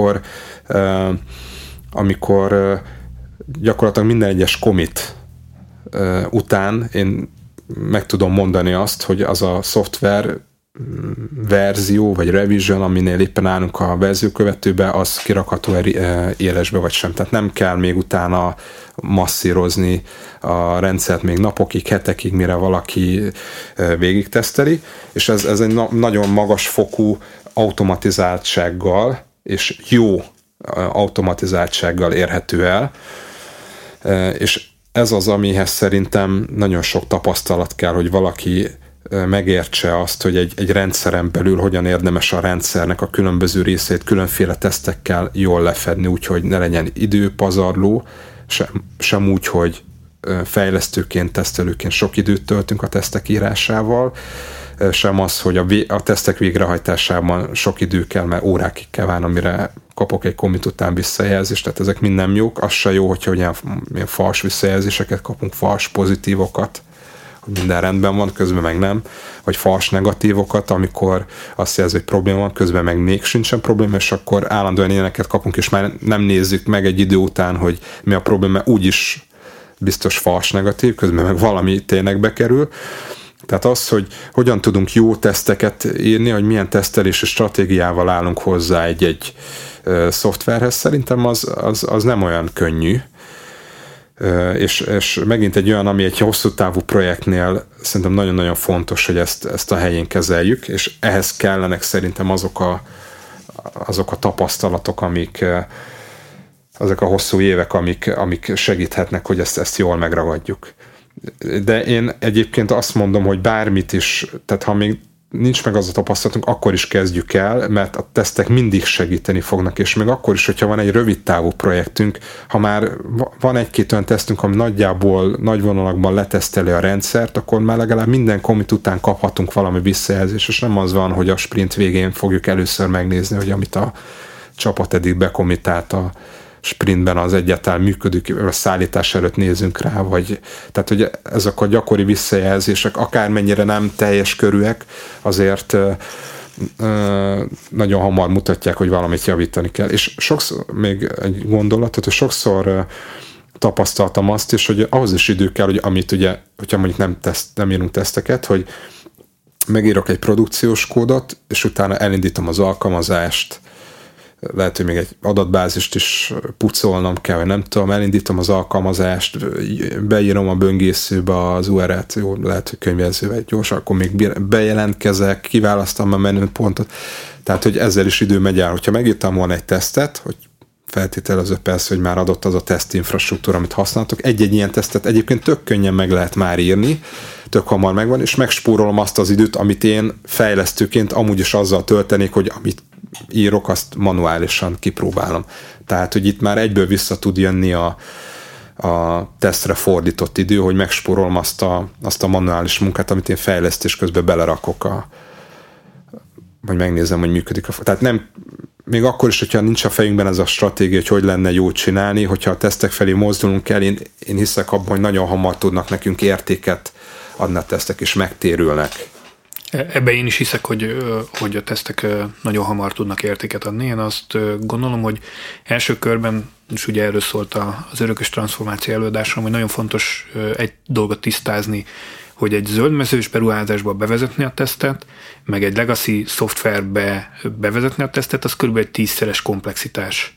amikor gyakorlatilag minden egyes commit után én meg tudom mondani azt, hogy az a szoftver verzió, vagy revision, aminél éppen állunk a verziókövetőbe, az kirakható élesbe, vagy sem. Tehát nem kell még utána masszírozni a rendszert még napokig, hetekig, mire valaki végig teszteli, és ez egy nagyon magas fokú automatizáltsággal, és jó automatizáltsággal érhető el, és ez az, amihez szerintem nagyon sok tapasztalat kell, hogy valaki megértse azt, hogy egy rendszeren belül hogyan érdemes a rendszernek a különböző részét különféle tesztekkel jól lefedni, úgyhogy ne legyen időpazarló, sem úgy, hogy fejlesztőként, tesztelőként sok időt töltünk a tesztek írásával, sem az, hogy a tesztek végrehajtásában sok idő kell, mert órákig kell várni, amire kapok egy commit után visszajelzést, tehát ezek mind nem jók. Az se jó, hogyha ilyen fals visszajelzéseket kapunk, fals pozitívokat, hogy minden rendben van, közben meg nem, vagy fals negatívokat, amikor azt jelzi, hogy probléma van, közben meg még sincsen probléma, és akkor állandóan ilyeneket kapunk, és már nem nézzük meg egy idő után, hogy mi a probléma, úgyis biztos fals negatív, közben meg valami tényleg bekerül. Tehát az, hogy hogyan tudunk jó teszteket írni, hogy milyen tesztelési stratégiával állunk hozzá egy szoftverhez, szerintem az nem olyan könnyű. És megint egy olyan, ami egy hosszú távú projektnél szerintem nagyon-nagyon fontos, hogy ezt a helyén kezeljük, és ehhez kellenek szerintem azok a tapasztalatok, azok a hosszú évek, amik segíthetnek, hogy ezt jól megragadjuk. De én egyébként azt mondom, hogy bármit is, tehát ha még nincs meg az a tapasztalatunk, akkor is kezdjük el, mert a tesztek mindig segíteni fognak, és még akkor is, hogyha van egy rövid távú projektünk, ha már van egy-két olyan tesztünk, ami nagyjából nagy vonalakban leteszteli a rendszert, akkor már legalább minden commit után kaphatunk valami visszajelzést, és nem az van, hogy a sprint végén fogjuk először megnézni, hogy amit a csapat eddig bekommitált a sprintben az egyáltalán működik, a szállítás előtt nézünk rá, vagy tehát, hogy ezek a gyakori visszajelzések, akármennyire nem teljes körűek, azért nagyon hamar mutatják, hogy valamit javítani kell. És sokszor, még egy gondolatot, hogy sokszor tapasztaltam azt is, hogy ahhoz is idő kell, hogy amit ugye, hogyha mondjuk nem írunk teszteket, hogy megírok egy produkciós kódot, és utána elindítom az alkalmazást, lehet, hogy még egy adatbázist is pucolnom kell, vagy nem tudom, elindítom az alkalmazást, beírom a böngészőbe az URL-t, jó, lehet, hogy könyvelzővel gyorsan, akkor még bejelentkezek, kiválasztom a menüpontot, tehát, hogy ezzel is idő megy el. Hogyha megírtam volna egy tesztet, hogy feltételező persze, hogy már adott az a teszt infrastruktúra, amit használtok, egy-egy ilyen tesztet egyébként tök könnyen meg lehet már írni, tök hamar megvan, és megspórolom azt az időt, amit én fejlesztőként amúgy is azzal töltenék, hogy amit írok, azt manuálisan kipróbálom. Tehát, hogy itt már egyből vissza tud jönni a tesztre fordított idő, hogy megspórolom azt a manuális munkát, amit én fejlesztés közben belerakok, vagy megnézem, hogy működik. Tehát nem, még akkor is, hogyha nincs a fejünkben ez a stratégia, hogy lenne jó csinálni, hogyha a tesztek felé mozdulunk el, én hiszek abban, hogy nagyon hamar tudnak nekünk értéket adni a tesztek, és megtérülnek. Ebben én is hiszek, hogy a tesztek nagyon hamar tudnak értéket adni. Én azt gondolom, hogy első körben, és ugye erről szólt az örökös transformáció előadásom, hogy nagyon fontos egy dolgot tisztázni, hogy egy zöldmezős beruházásba bevezetni a tesztet, meg egy legacy szoftverbe bevezetni a tesztet, az kb. Egy 10-szeres komplexitás.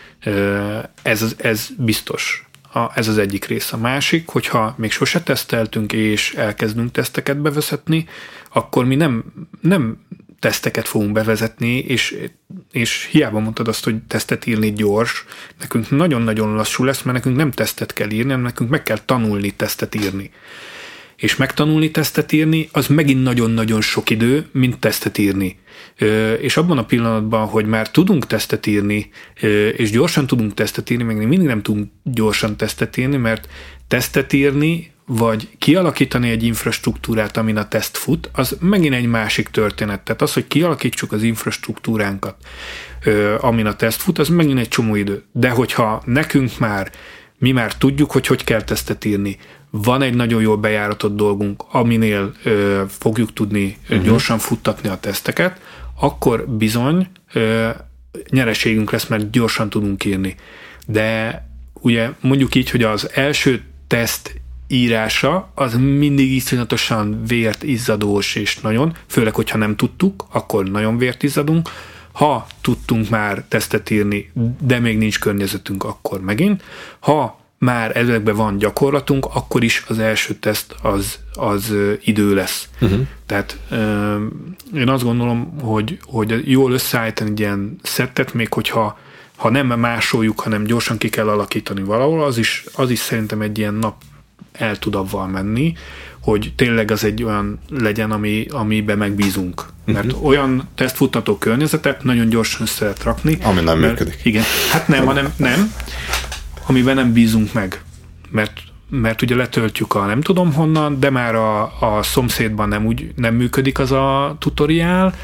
Ez biztos. Ez az egyik rész. A másik, hogyha még sose teszteltünk, és elkezdünk teszteket bevezetni, akkor mi nem teszteket fogunk bevezetni, és hiába mondtad azt, hogy tesztet írni gyors, nekünk nagyon-nagyon lassú lesz, mert nekünk nem tesztet kell írni, hanem nekünk meg kell tanulni tesztet írni. És megtanulni tesztet írni, az megint nagyon-nagyon sok idő, mint tesztet írni. És abban a pillanatban, hogy már tudunk tesztet írni, és gyorsan tudunk tesztet írni, meg mindig nem tudunk gyorsan tesztet írni, mert tesztet írni, vagy kialakítani egy infrastruktúrát, amin a teszt fut, az megint egy másik történet. Tehát az, hogy kialakítsuk az infrastruktúránkat, amin a teszt fut, az megint egy csomó idő. De hogyha nekünk mi már tudjuk, hogy kell tesztet írni, van egy nagyon jól bejáratott dolgunk, aminél fogjuk tudni gyorsan futtatni a teszteket, akkor bizony nyereségünk lesz, mert gyorsan tudunk írni. De ugye mondjuk így, hogy az első teszt írása az mindig iszonyatosan vért izzadós, és nagyon, főleg, hogyha nem tudtuk, akkor nagyon vért izzadunk. Ha tudtunk már tesztet írni, de még nincs környezetünk, akkor megint. Ha már ezekben van gyakorlatunk, akkor is az első teszt az idő lesz. Tehát én azt gondolom, hogy jól összeállítani egy ilyen szettet, még hogyha nem másoljuk, hanem gyorsan ki kell alakítani valahol, az is szerintem egy ilyen nap el tud avval menni, hogy tényleg az egy olyan legyen, amiben megbízunk. Mert olyan tesztfuttató környezetet nagyon gyorsan össze lehet rakni. Ami nem működik. Igen. Hát nem. Amiben nem bízunk meg. Mert ugye letöltjük a nem tudom honnan, de már a szomszédban nem működik az a tutoriál,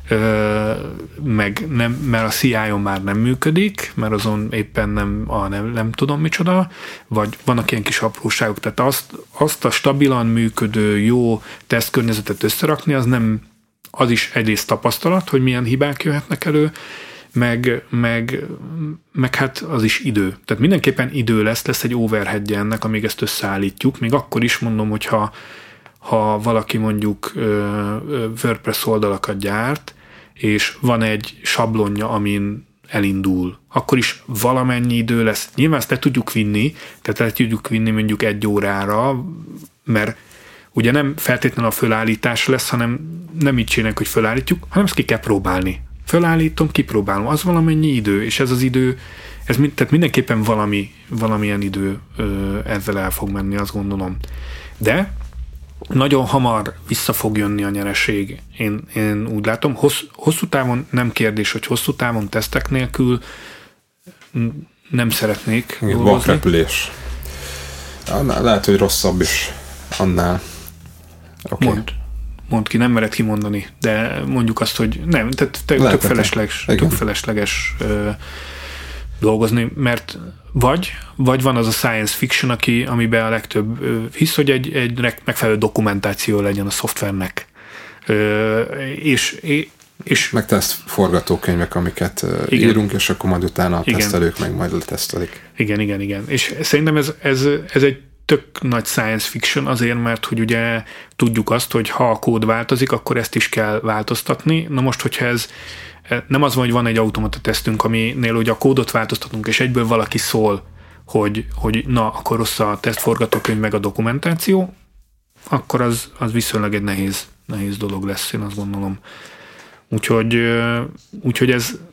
meg nem, mert a CI-on már nem működik, mert azon éppen nem tudom micsoda, vagy vannak ilyen kis apróságok, tehát azt a stabilan működő, jó tesztkörnyezetet összerakni, az is egyrészt tapasztalat, hogy milyen hibák jöhetnek elő, meg hát az is idő. Tehát mindenképpen idő lesz egy overheadje ennek, amíg ezt összeállítjuk. Még akkor is mondom, hogy ha valaki mondjuk WordPress oldalakat gyárt, és van egy sablonja, amin elindul, akkor is valamennyi idő lesz. Nyilván ezt le tudjuk vinni, tehát le tudjuk vinni mondjuk 1 órára, mert ugye nem feltétlenül a fölállítás lesz, hanem nem így csináljuk, hogy fölállítjuk, hanem ezt ki kell próbálni. Fölállítom, kipróbálom, az valamennyi idő, és ez az idő, tehát mindenképpen valamilyen idő ezzel el fog menni, azt gondolom. De nagyon hamar vissza fog jönni a nyereség. Én úgy látom, hosszú távon nem kérdés, hogy hosszú távon tesztek nélkül nem szeretnék dolgozni. Bakrepülés. Lehet, hogy rosszabb is annál. Okay. Mondd ki, nem mered kimondani, de mondjuk azt, hogy nem, tehát tök felesleges dolgozni, mert vagy van az a science fiction, amiben a legtöbb hisz, hogy egy megfelelő dokumentáció legyen a szoftvernek. És meg teszt forgatókönyvek, amiket írunk, és akkor majd utána a tesztelők meg majd letesztelik. Igen. És szerintem ez egy tök nagy science fiction azért, mert hogy ugye tudjuk azt, hogy ha a kód változik, akkor ezt is kell változtatni. Na most, hogyha ez nem az van, hogy van egy automata tesztünk, aminél ugye a kódot változtatunk, és egyből valaki szól, hogy na, akkor rossz a tesztforgatókönyv meg a dokumentáció, akkor az viszonylag egy nehéz dolog lesz, én azt gondolom. Úgyhogy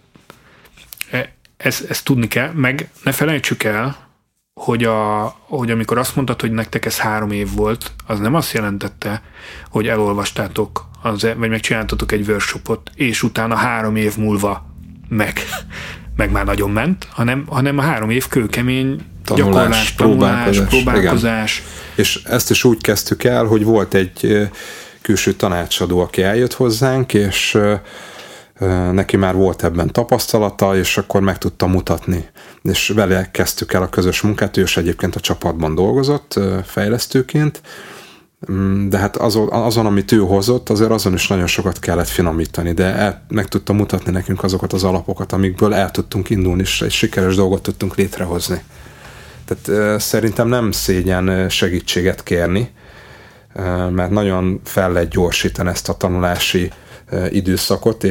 ez tudni kell, meg ne felejtsük el, hogy amikor azt mondtad, hogy nektek ez 3 év volt, az nem azt jelentette, hogy elolvastátok, vagy megcsináltatok egy workshopot, és utána 3 év múlva meg már nagyon ment, hanem a 3 év kőkemény gyakorlás, próbálkozás. Igen. És ezt is úgy kezdtük el, hogy volt egy külső tanácsadó, aki eljött hozzánk, és neki már volt ebben tapasztalata, és akkor meg tudta mutatni. És vele kezdtük el a közös munkát, ő is egyébként a csapatban dolgozott fejlesztőként, de hát azon, amit ő hozott, azért azon is nagyon sokat kellett finomítani, de meg tudta mutatni nekünk azokat az alapokat, amikből el tudtunk indulni, és egy sikeres dolgot tudtunk létrehozni. Tehát szerintem nem szégyen segítséget kérni, mert nagyon fel lehet gyorsítani ezt a tanulási időszakot,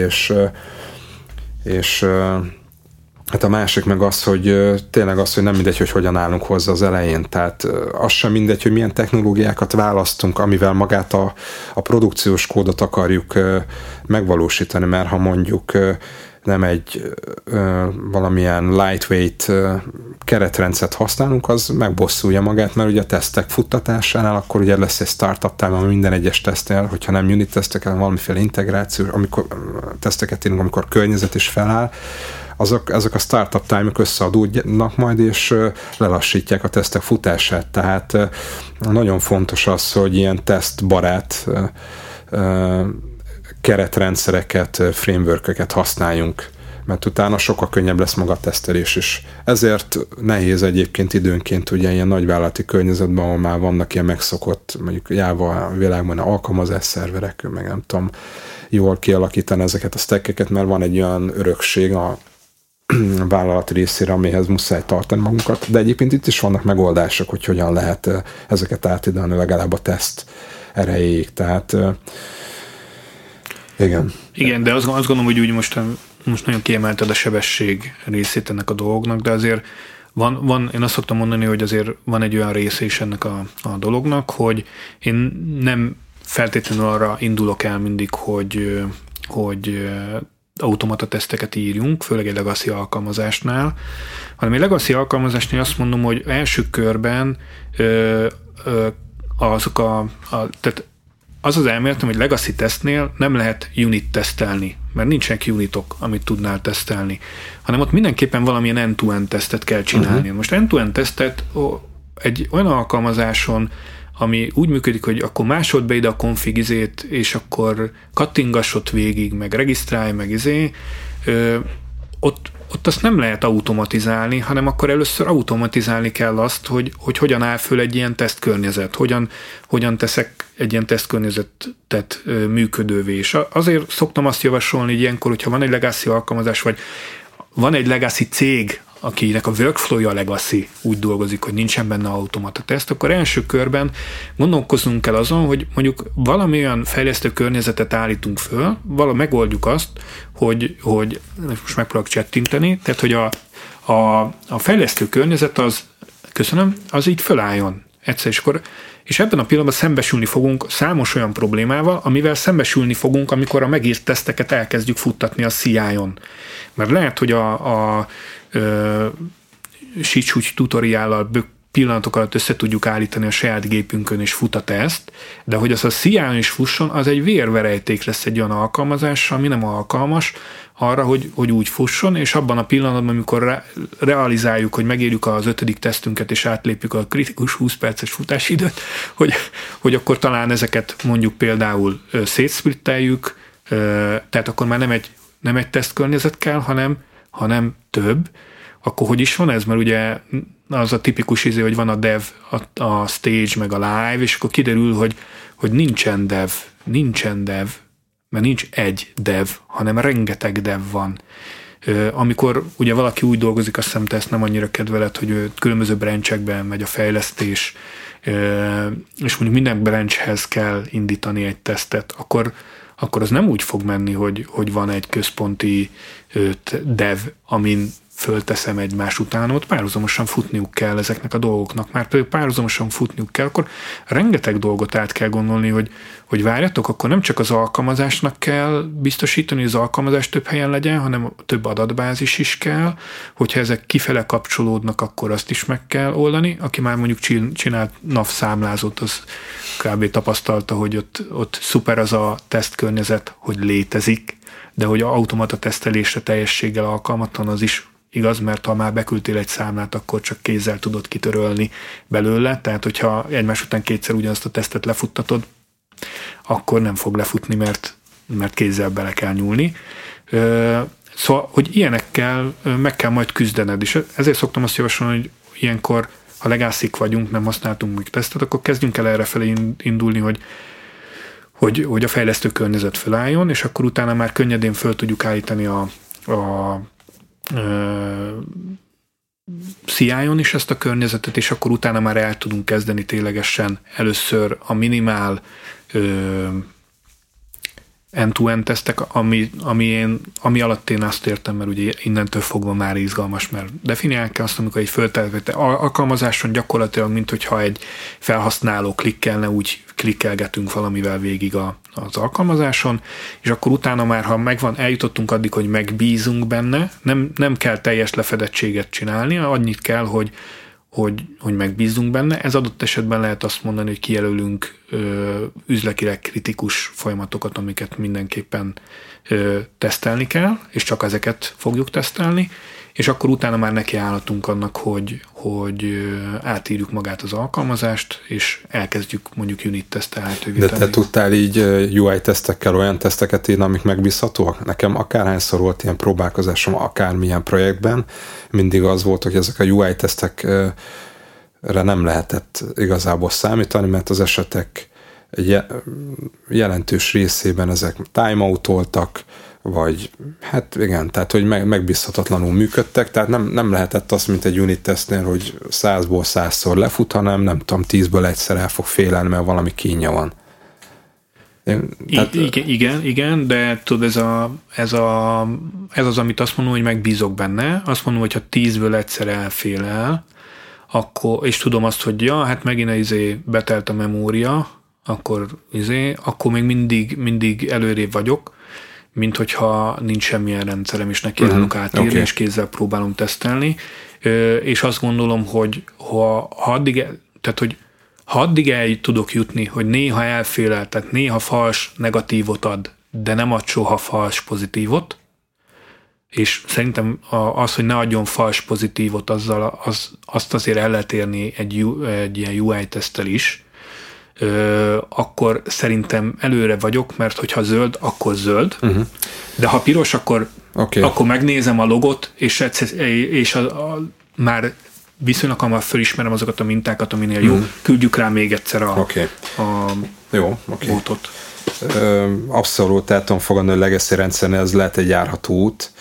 és hát a másik meg az, hogy tényleg az, hogy nem mindegy, hogy hogyan állunk hozzá az elején, tehát az sem mindegy, hogy milyen technológiákat választunk, amivel magát a produkciós kódot akarjuk megvalósítani, mert ha mondjuk nem egy valamilyen lightweight keretrendszert használunk, az megbosszulja magát, mert ugye a tesztek futtatásánál akkor ugye lesz egy startup time, ami minden egyes tesztnél, hogyha nem unit tesztek, hanem valamiféle integráció, amikor teszteket írunk, amikor környezet is feláll, ezek a startup time-ok összeadódnak majd, és lelassítják a tesztek futását. Tehát nagyon fontos az, hogy ilyen tesztbarát keretrendszereket, frameworköket használjunk, mert utána sokkal könnyebb lesz maga a tesztelés is. Ezért nehéz egyébként időnként ugye ilyen nagyvállalati környezetben, ahol már vannak ilyen megszokott, mondjuk Java a világban alkalmazás szerverek, meg nem tudom jól kialakítani ezeket a stackeket, mert van egy olyan örökség a vállalat részére, amihez muszáj tartani magunkat, de egyébként itt is vannak megoldások, hogy hogyan lehet ezeket átidalni legalább a teszt erejéig, tehát igen. Igen, de azt gondolom, hogy úgy most nagyon kiemelted a sebesség részét ennek a dolognak, de azért van, én azt szoktam mondani, hogy azért van egy olyan része is ennek a dolognak, hogy én nem feltétlenül arra indulok el mindig, hogy automata teszteket írjunk, főleg egy legacy alkalmazásnál, hanem egy legacy alkalmazásnál azt mondom, hogy első körben tehát az az elméletem, hogy legacy tesztnél nem lehet unit tesztelni, mert nincsenek unitok, amit tudnál tesztelni, hanem ott mindenképpen valamilyen end-to-end tesztet kell csinálni. Most end-to-end tesztet egy olyan alkalmazáson, ami úgy működik, hogy akkor másold be ide a config-izét, és akkor kattingassod végig, meg regisztrálj, meg ott azt nem lehet automatizálni, hanem akkor először automatizálni kell azt, hogy hogyan áll föl egy ilyen tesztkörnyezet, hogyan teszek egy ilyen tesztkörnyezetet működővé. És azért szoktam azt javasolni, hogy ilyenkor, hogyha van egy legacy alkalmazás, vagy van egy legacy cég, akinek a workflow-ja legacy úgy dolgozik, hogy nincsen benne automata teszt, akkor első körben gondolkoznunk kell azon, hogy mondjuk valami olyan fejlesztő környezetet állítunk föl, megoldjuk azt, hogy most megpróbálok csettinteni, tehát hogy a fejlesztő környezet az így fölálljon egyszer, és ebben a pillanatban szembesülni fogunk számos olyan problémával, amivel szembesülni fogunk, amikor a megírt teszteket elkezdjük futtatni a CI-on. Mert lehet, hogy a sítsúgy tutoriállal pillanatok alatt össze tudjuk állítani a saját gépünkön, és fut a teszt, de hogy az a CI-on is fusson, az egy vérverejték lesz egy olyan alkalmazás, ami nem alkalmas arra, hogy úgy fusson, és abban a pillanatban, amikor realizáljuk, hogy megérjük az 5. tesztünket, és átlépjük a kritikus 20 perces futásidőt, hogy akkor talán ezeket mondjuk például szétszplitteljük, tehát akkor már nem egy tesztkörnyezet kell, hanem több. Akkor hogy is van ez? Mert ugye az a tipikus hogy van a dev, a stage, meg a live, és akkor kiderül, hogy nincsen dev, mert nincs egy dev, hanem rengeteg dev van. Amikor ugye valaki úgy dolgozik, azt hiszem, te ezt nem annyira kedveled, hogy különböző branchekben megy a fejlesztés, és mondjuk minden branchhez kell indítani egy tesztet, akkor az nem úgy fog menni, hogy van egy központi dev, amin fölteszem egymás után, ott párhuzamosan futniuk kell ezeknek a dolgoknak. Már pedig párhuzamosan futniuk kell, akkor rengeteg dolgot át kell gondolni, hogy várjatok, akkor nem csak az alkalmazásnak kell biztosítani, hogy az alkalmazás több helyen legyen, hanem több adatbázis is kell. Hogyha ezek kifele kapcsolódnak, akkor azt is meg kell oldani. Aki már mondjuk csinált NAV számlázót, az kb. Tapasztalta, hogy ott szuper az a tesztkörnyezet, hogy létezik, de hogy automata tesztelésre teljességgel alkalmatlan, az is igaz, mert ha már beküldtél egy számlát, akkor csak kézzel tudod kitörölni belőle, tehát hogyha egymás után kétszer ugyanazt a tesztet lefuttatod, akkor nem fog lefutni, mert kézzel bele kell nyúlni. Szóval, hogy ilyenekkel meg kell majd küzdened, és ezért szoktam azt javasolni, hogy ilyenkor, ha legacy-k vagyunk, nem használtunk még tesztet, akkor kezdjünk el errefelé indulni, hogy a fejlesztő környezet fölálljon, és akkor utána már könnyedén föl tudjuk állítani a CI-on is ezt a környezetet, és akkor utána már el tudunk kezdeni ténylegesen először a minimál end-to-end tesztek, ami alatt én azt értem, mert ugye innentől fogva már izgalmas, mert definiálni kell azt, amikor egy fölteltett alkalmazáson gyakorlatilag, mint hogyha egy felhasználó klikkelne, úgy klikkelgetünk valamivel végig az alkalmazáson, és akkor utána már, ha megvan, eljutottunk addig, hogy megbízunk benne, nem kell teljes lefedettséget csinálni, annyit kell, hogy megbízzunk benne. Ez adott esetben lehet azt mondani, hogy kijelölünk üzletileg kritikus folyamatokat, amiket mindenképpen tesztelni kell, és csak ezeket fogjuk tesztelni, és akkor utána már nekiállhatunk annak, hogy átírjuk magát az alkalmazást, és elkezdjük mondjuk unit tesztel lehetővé tenni. De te tudtál így UI tesztekkel olyan teszteket írni, amik megbízhatóak? Nekem akárhányszor volt ilyen próbálkozásom, akármilyen projektben, mindig az volt, hogy ezek a UI tesztekre nem lehetett igazából számítani, mert az esetek jelentős részében ezek timeoutoltak, vagy hát igen, tehát hogy megbízhatatlanul működtek, tehát nem lehetett az, mint egy unit tesztnél, hogy 100-ból 100-szor lefut, hanem nem tudom, 10-ből egyszer el fog félelni, mert valami kínja van. Igen, de tudod, ez az, amit azt mondom, hogy megbízok benne. Azt mondom, hogy ha 10-ből egyszer elfélel, akkor, és tudom azt, hogy hát megint betelt a memória, akkor még mindig előrébb vagyok, mint hogyha nincs semmilyen rendszerem, és neki állok átírni, és kézzel próbálom tesztelni. És azt gondolom, hogy ha addig el tudok jutni, hogy néha elfélel, tehát néha fals negatívot ad, de nem ad soha fals pozitívot, és szerintem az, hogy ne adjon fals pozitívot, azt azért el lehet érni egy ilyen UI teszttel is, akkor szerintem előre vagyok, mert hogyha zöld, akkor zöld, de ha piros, akkor megnézem a logot, és már viszonylag hamar fölismerem azokat a mintákat, aminél jó, küldjük rá még egyszer a bótot. Abszolút, tehát tudom fogadni, hogy legacy rendszernél ez lehet egy járható út,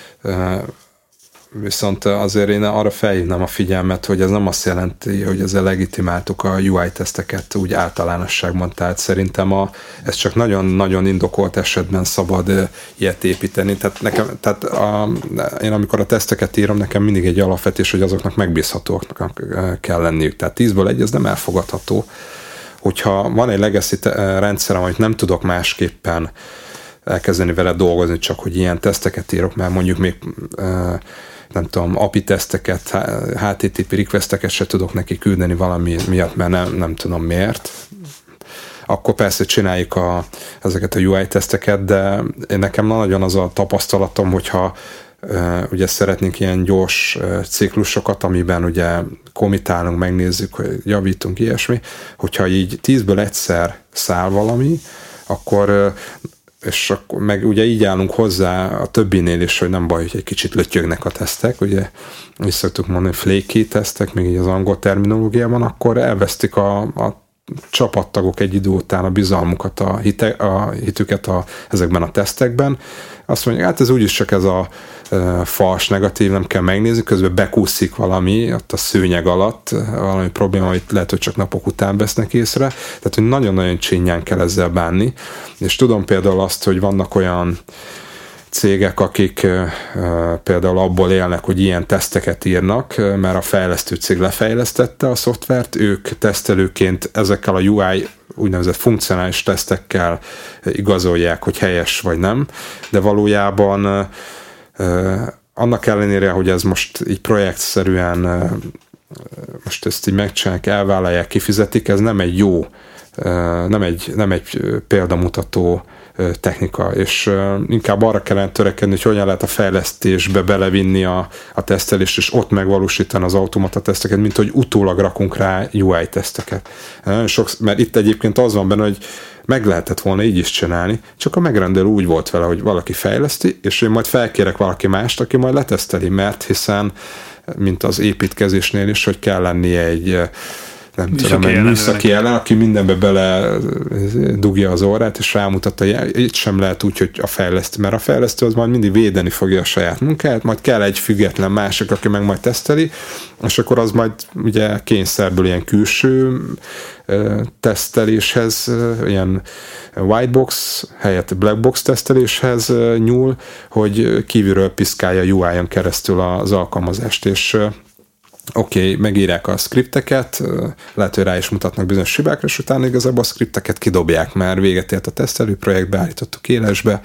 viszont azért én arra felhívnám a figyelmet, hogy ez nem azt jelenti, hogy ezzel legitimáltuk a UI teszteket úgy általánosságban, tehát szerintem ez csak nagyon-nagyon indokolt esetben szabad ilyet építeni. Tehát én amikor a teszteket írom, nekem mindig egy alapvetés, hogy azoknak megbízhatóaknak kell lenniük. Tehát 10-ből 1 ez nem elfogadható. Hogyha van egy legacy rendszer, amit nem tudok másképpen elkezdeni vele dolgozni, csak hogy ilyen teszteket írok, mert mondjuk még nem tudom, API teszteket, HTTP requesteket se tudok neki küldeni valami miatt, mert nem tudom miért, akkor persze csináljuk ezeket a UI teszteket, de nekem nagyon az a tapasztalatom, hogyha ugye szeretnénk ilyen gyors ciklusokat, amiben ugye commitálunk, megnézzük, hogy javítunk, ilyesmi, hogyha így 10-ből egyszer száll valami, akkor és akkor meg ugye így állunk hozzá a többinél is, hogy nem baj, hogy egy kicsit lötyögnek a tesztek, ugye is szoktuk mondani, flaky tesztek, még így az angol terminológiában, akkor elvesztik a csapattagok egy idő után a bizalmukat, a hitüket ezekben a tesztekben. Azt mondják, hát ez úgyis csak ez a fals negatív, nem kell megnézni, közben bekúszik valami ott a szőnyeg alatt, valami probléma, amit lehet, hogy csak napok után vesznek észre. Tehát, hogy nagyon-nagyon csinyán kell ezzel bánni. És tudom például azt, hogy vannak olyan cégek, akik például abból élnek, hogy ilyen teszteket írnak, mert a fejlesztő cég lefejlesztette a szoftvert, ők tesztelőként ezekkel a UI úgynevezett funkcionális tesztekkel igazolják, hogy helyes vagy nem, de valójában annak ellenére, hogy ez most így projektszerűen most ezt így megcsinálják, elvállalják, kifizetik, ez nem egy jó, nem egy példamutató technika, és inkább arra kellene törekedni, hogy hogyan lehet a fejlesztésbe belevinni a tesztelést, és ott megvalósítani az automata teszteket, mint hogy utólag rakunk rá UI teszteket. Mert itt egyébként az van benne, hogy meg lehetett volna így is csinálni, csak a megrendelő úgy volt vele, hogy valaki fejleszti, és én majd felkérek valaki mást, aki majd leteszteli, mert hiszen, mint az építkezésnél is, hogy kell lennie egy egy műszaki ellen, aki mindenbe bele dugja az orrát, és rámutatta, hogy itt sem lehet úgy, hogy a fejlesztő, mert a fejlesztő az majd mindig védeni fogja a saját munkáját, majd kell egy független másik, aki meg majd teszteli, és akkor az majd ugye kényszerből ilyen külső teszteléshez, ilyen whitebox helyett blackbox teszteléshez nyúl, hogy kívülről piszkálja UI-on keresztül az alkalmazást, és oké, megírják a skripteket, lehet, hogy rá is mutatnak bizonyos hibákra, és utána igazából a skripteket kidobják, mert véget ért a tesztelőprojekt, beállítottuk élesbe,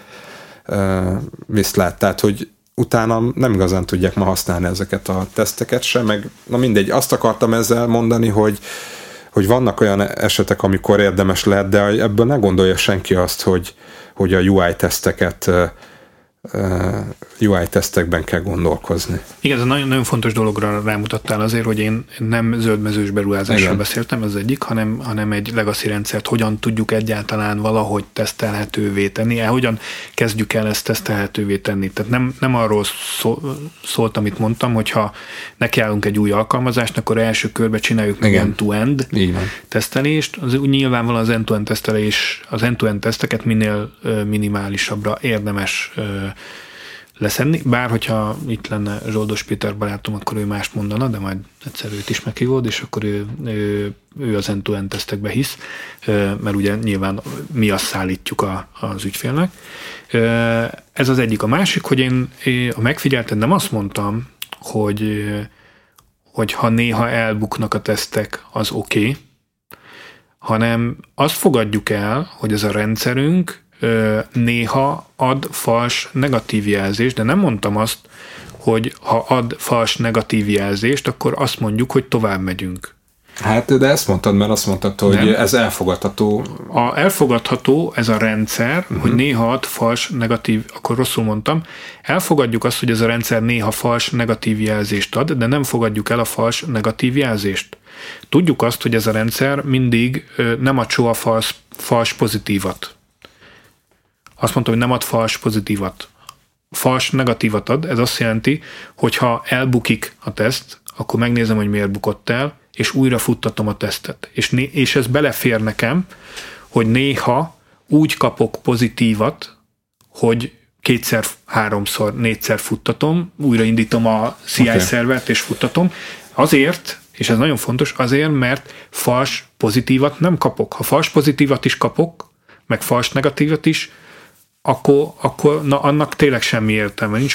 viszlát, tehát, hogy utána nem igazán tudják ma használni ezeket a teszteket sem, meg na mindegy, azt akartam ezzel mondani, hogy vannak olyan esetek, amikor érdemes lehet, de ebből ne gondolja senki azt, hogy a UI tesztekben kell gondolkozni. Igen, ez nagyon, nagyon fontos dologra rámutattál azért, hogy én nem zöldmezős beruházásról beszéltem, ez egyik, hanem egy legacy rendszert, hogyan tudjuk egyáltalán valahogy tesztelhetővé tenni, hogyan kezdjük el ezt tesztelhetővé tenni. Tehát nem arról szóltam, amit mondtam, hogyha nekiállunk egy új alkalmazásnak, akkor első körbe csináljuk meg end-to-end tesztelést. Az úgy nyilvánvalóan az end-to-end tesztelés, az end-to-end teszteket minél minimálisabbra érdemes leszedni, bár hogyha itt lenne Zsoldos Péter barátom, akkor ő mást mondana, de majd egyszer őt is meghívod, és akkor ő az end-to-end tesztekbe hisz, mert ugye nyilván mi azt szállítjuk az ügyfélnek. Ez az egyik. A másik, hogy én a megfigyelten nem azt mondtam, hogy ha néha elbuknak a tesztek, az oké, hanem azt fogadjuk el, hogy ez a rendszerünk néha ad fals negatív jelzést, de nem mondtam azt, hogy ha ad fals negatív jelzést, akkor azt mondjuk, hogy tovább megyünk. Hát, de ezt mondtad, mert azt mondtad, hogy nem. Ez elfogadható. Elfogadható ez a rendszer, hogy néha ad fals negatív, akkor rosszul mondtam, elfogadjuk azt, hogy ez a rendszer néha fals negatív jelzést ad, de nem fogadjuk el a fals negatív jelzést. Tudjuk azt, hogy ez a rendszer mindig nem ad soha fals pozitívat. Azt mondtam, hogy nem ad fals pozitívat. Fals negatívat ad, ez azt jelenti, hogy ha elbukik a teszt, akkor megnézem, hogy miért bukott el, és újra futtatom a tesztet. És ez belefér nekem, hogy néha úgy kapok pozitívat, hogy 2-szer, 3-szor, 4-szer futtatom, újraindítom a CI szervert és futtatom. Azért, és ez nagyon fontos, azért, mert fals pozitívat nem kapok. Ha fals pozitívat is kapok, meg fals negatívat is, akkor na, annak tényleg semmi értelme nincs.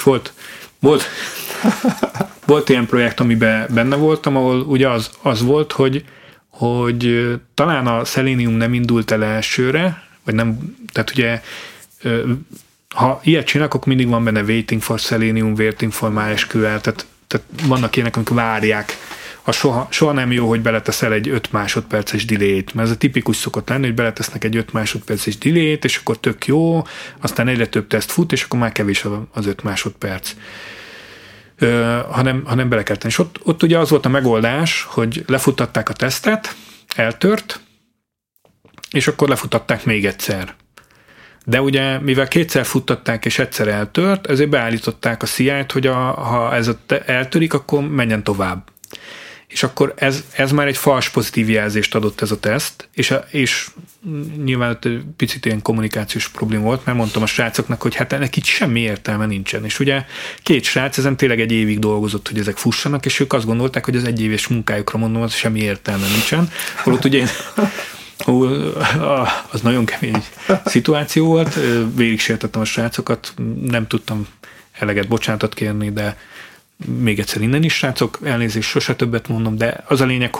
Volt ilyen projekt, amiben benne voltam, ahol ugye az volt, hogy talán a Selenium nem indult el elsőre, vagy nem, tehát ugye ha ilyet csinálok, akkor mindig van benne waiting for Selenium, waiting for MySQL, tehát vannak ilyenek, amik várják. Soha nem jó, hogy beleteszel egy 5 másodperces delay-t, mert ez a tipikus szokott lenni, hogy beletesznek egy 5 másodperces delay-t, és akkor tök jó, aztán egyre több teszt fut, és akkor már kevés az 5 másodperc. Hanem bele kell tenni. És ott ugye az volt a megoldás, hogy lefuttatták a tesztet, eltört, és akkor lefutatták még egyszer. De ugye, mivel kétszer futtatták és egyszer eltört, ezért beállították a CI-t, hogy ha ez eltörik, akkor menjen tovább. És akkor ez már egy fals pozitív jelzést adott ez a teszt, és nyilván picit ilyen kommunikációs probléma volt, mert mondtam a srácoknak, hogy hát ennek itt semmi értelme nincsen. És ugye 2 srác ezen tényleg egy évig dolgozott, hogy ezek fussanak, és ők azt gondolták, hogy az egy éves munkájukra mondom, az semmi értelme nincsen. Holott ugye az nagyon kemény szituáció volt, végig sértettem a srácokat, nem tudtam eleget bocsánatot kérni, de még egyszer innen is, srácok, elnézést, sose többet mondom, de az a lényeg,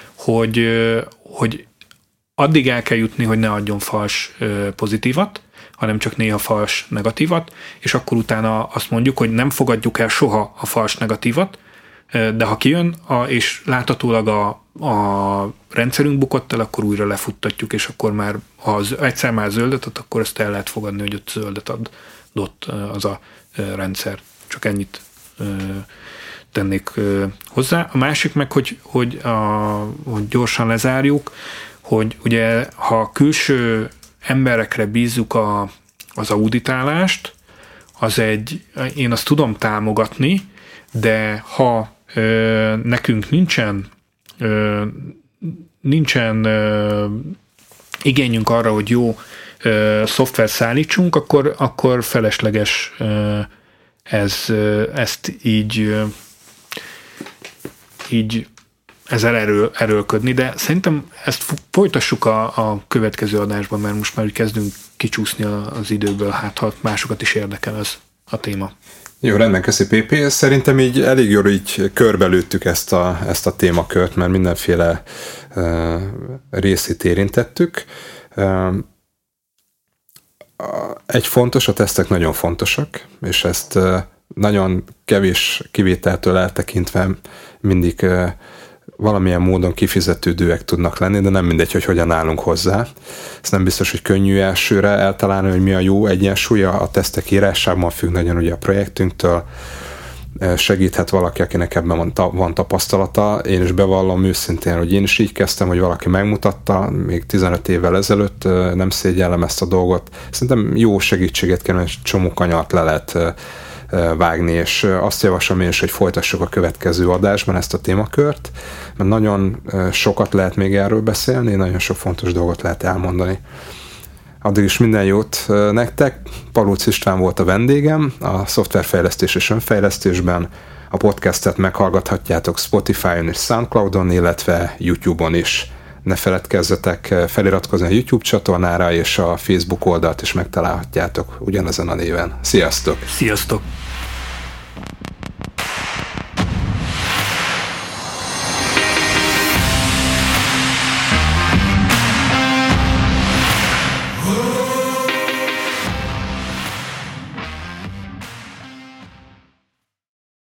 hogy addig el kell jutni, hogy ne adjon fals pozitívat, hanem csak néha fals negatívat, és akkor utána azt mondjuk, hogy nem fogadjuk el soha a fals negatívat, de ha kijön, és láthatólag a rendszerünk bukott el, akkor újra lefuttatjuk, és akkor már, ha egyszer már zöldet ad, akkor ezt el lehet fogadni, hogy ott zöldet adott az a rendszer. Csak ennyit tennék hozzá. A másik meg, hogy gyorsan lezárjuk, hogy ugye, ha külső emberekre bízzuk az auditálást, én azt tudom támogatni, de ha nekünk nincsen igényünk arra, hogy jó szoftvert szállítsunk, akkor felesleges ezt így ezzel erőlködni, de szerintem ezt folytassuk a következő adásban, mert most már úgy kezdünk kicsúszni az időből, hát ha másokat is érdekel ez a téma. Jó, rendben, köszi PP. Szerintem így elég jól így körbelőttük ezt a témakört, mert mindenféle részét érintettük. Egy fontos, a tesztek nagyon fontosak, és ezt nagyon kevés kivételtől eltekintve mindig valamilyen módon kifizetődőek tudnak lenni, de nem mindegy, hogy hogyan állunk hozzá. Ez nem biztos, hogy könnyű elsőre eltalálni, hogy mi a jó egyensúlya. A tesztek írásában függ nagyon ugye a projektünktől. Segíthet valaki, akinek ebben van tapasztalata. Én is bevallom őszintén, hogy én is így kezdtem, hogy valaki megmutatta, még 15 évvel ezelőtt, nem szégyellem ezt a dolgot. Szerintem jó segítséget kell, hogy csomó kanyart le lehet vágni, és azt javaslom én is, hogy folytassuk a következő adásban ezt a témakört, mert nagyon sokat lehet még erről beszélni, nagyon sok fontos dolgot lehet elmondani. Addig is minden jót nektek. Palóc István volt a vendégem a szoftverfejlesztés és önfejlesztésben. A podcastet meghallgathatjátok Spotify-on és Soundcloud-on, illetve YouTube-on is. Ne feledkezzetek feliratkozni a YouTube csatornára, és a Facebook oldalt is megtalálhatjátok ugyanezen a néven. Sziasztok! Sziasztok!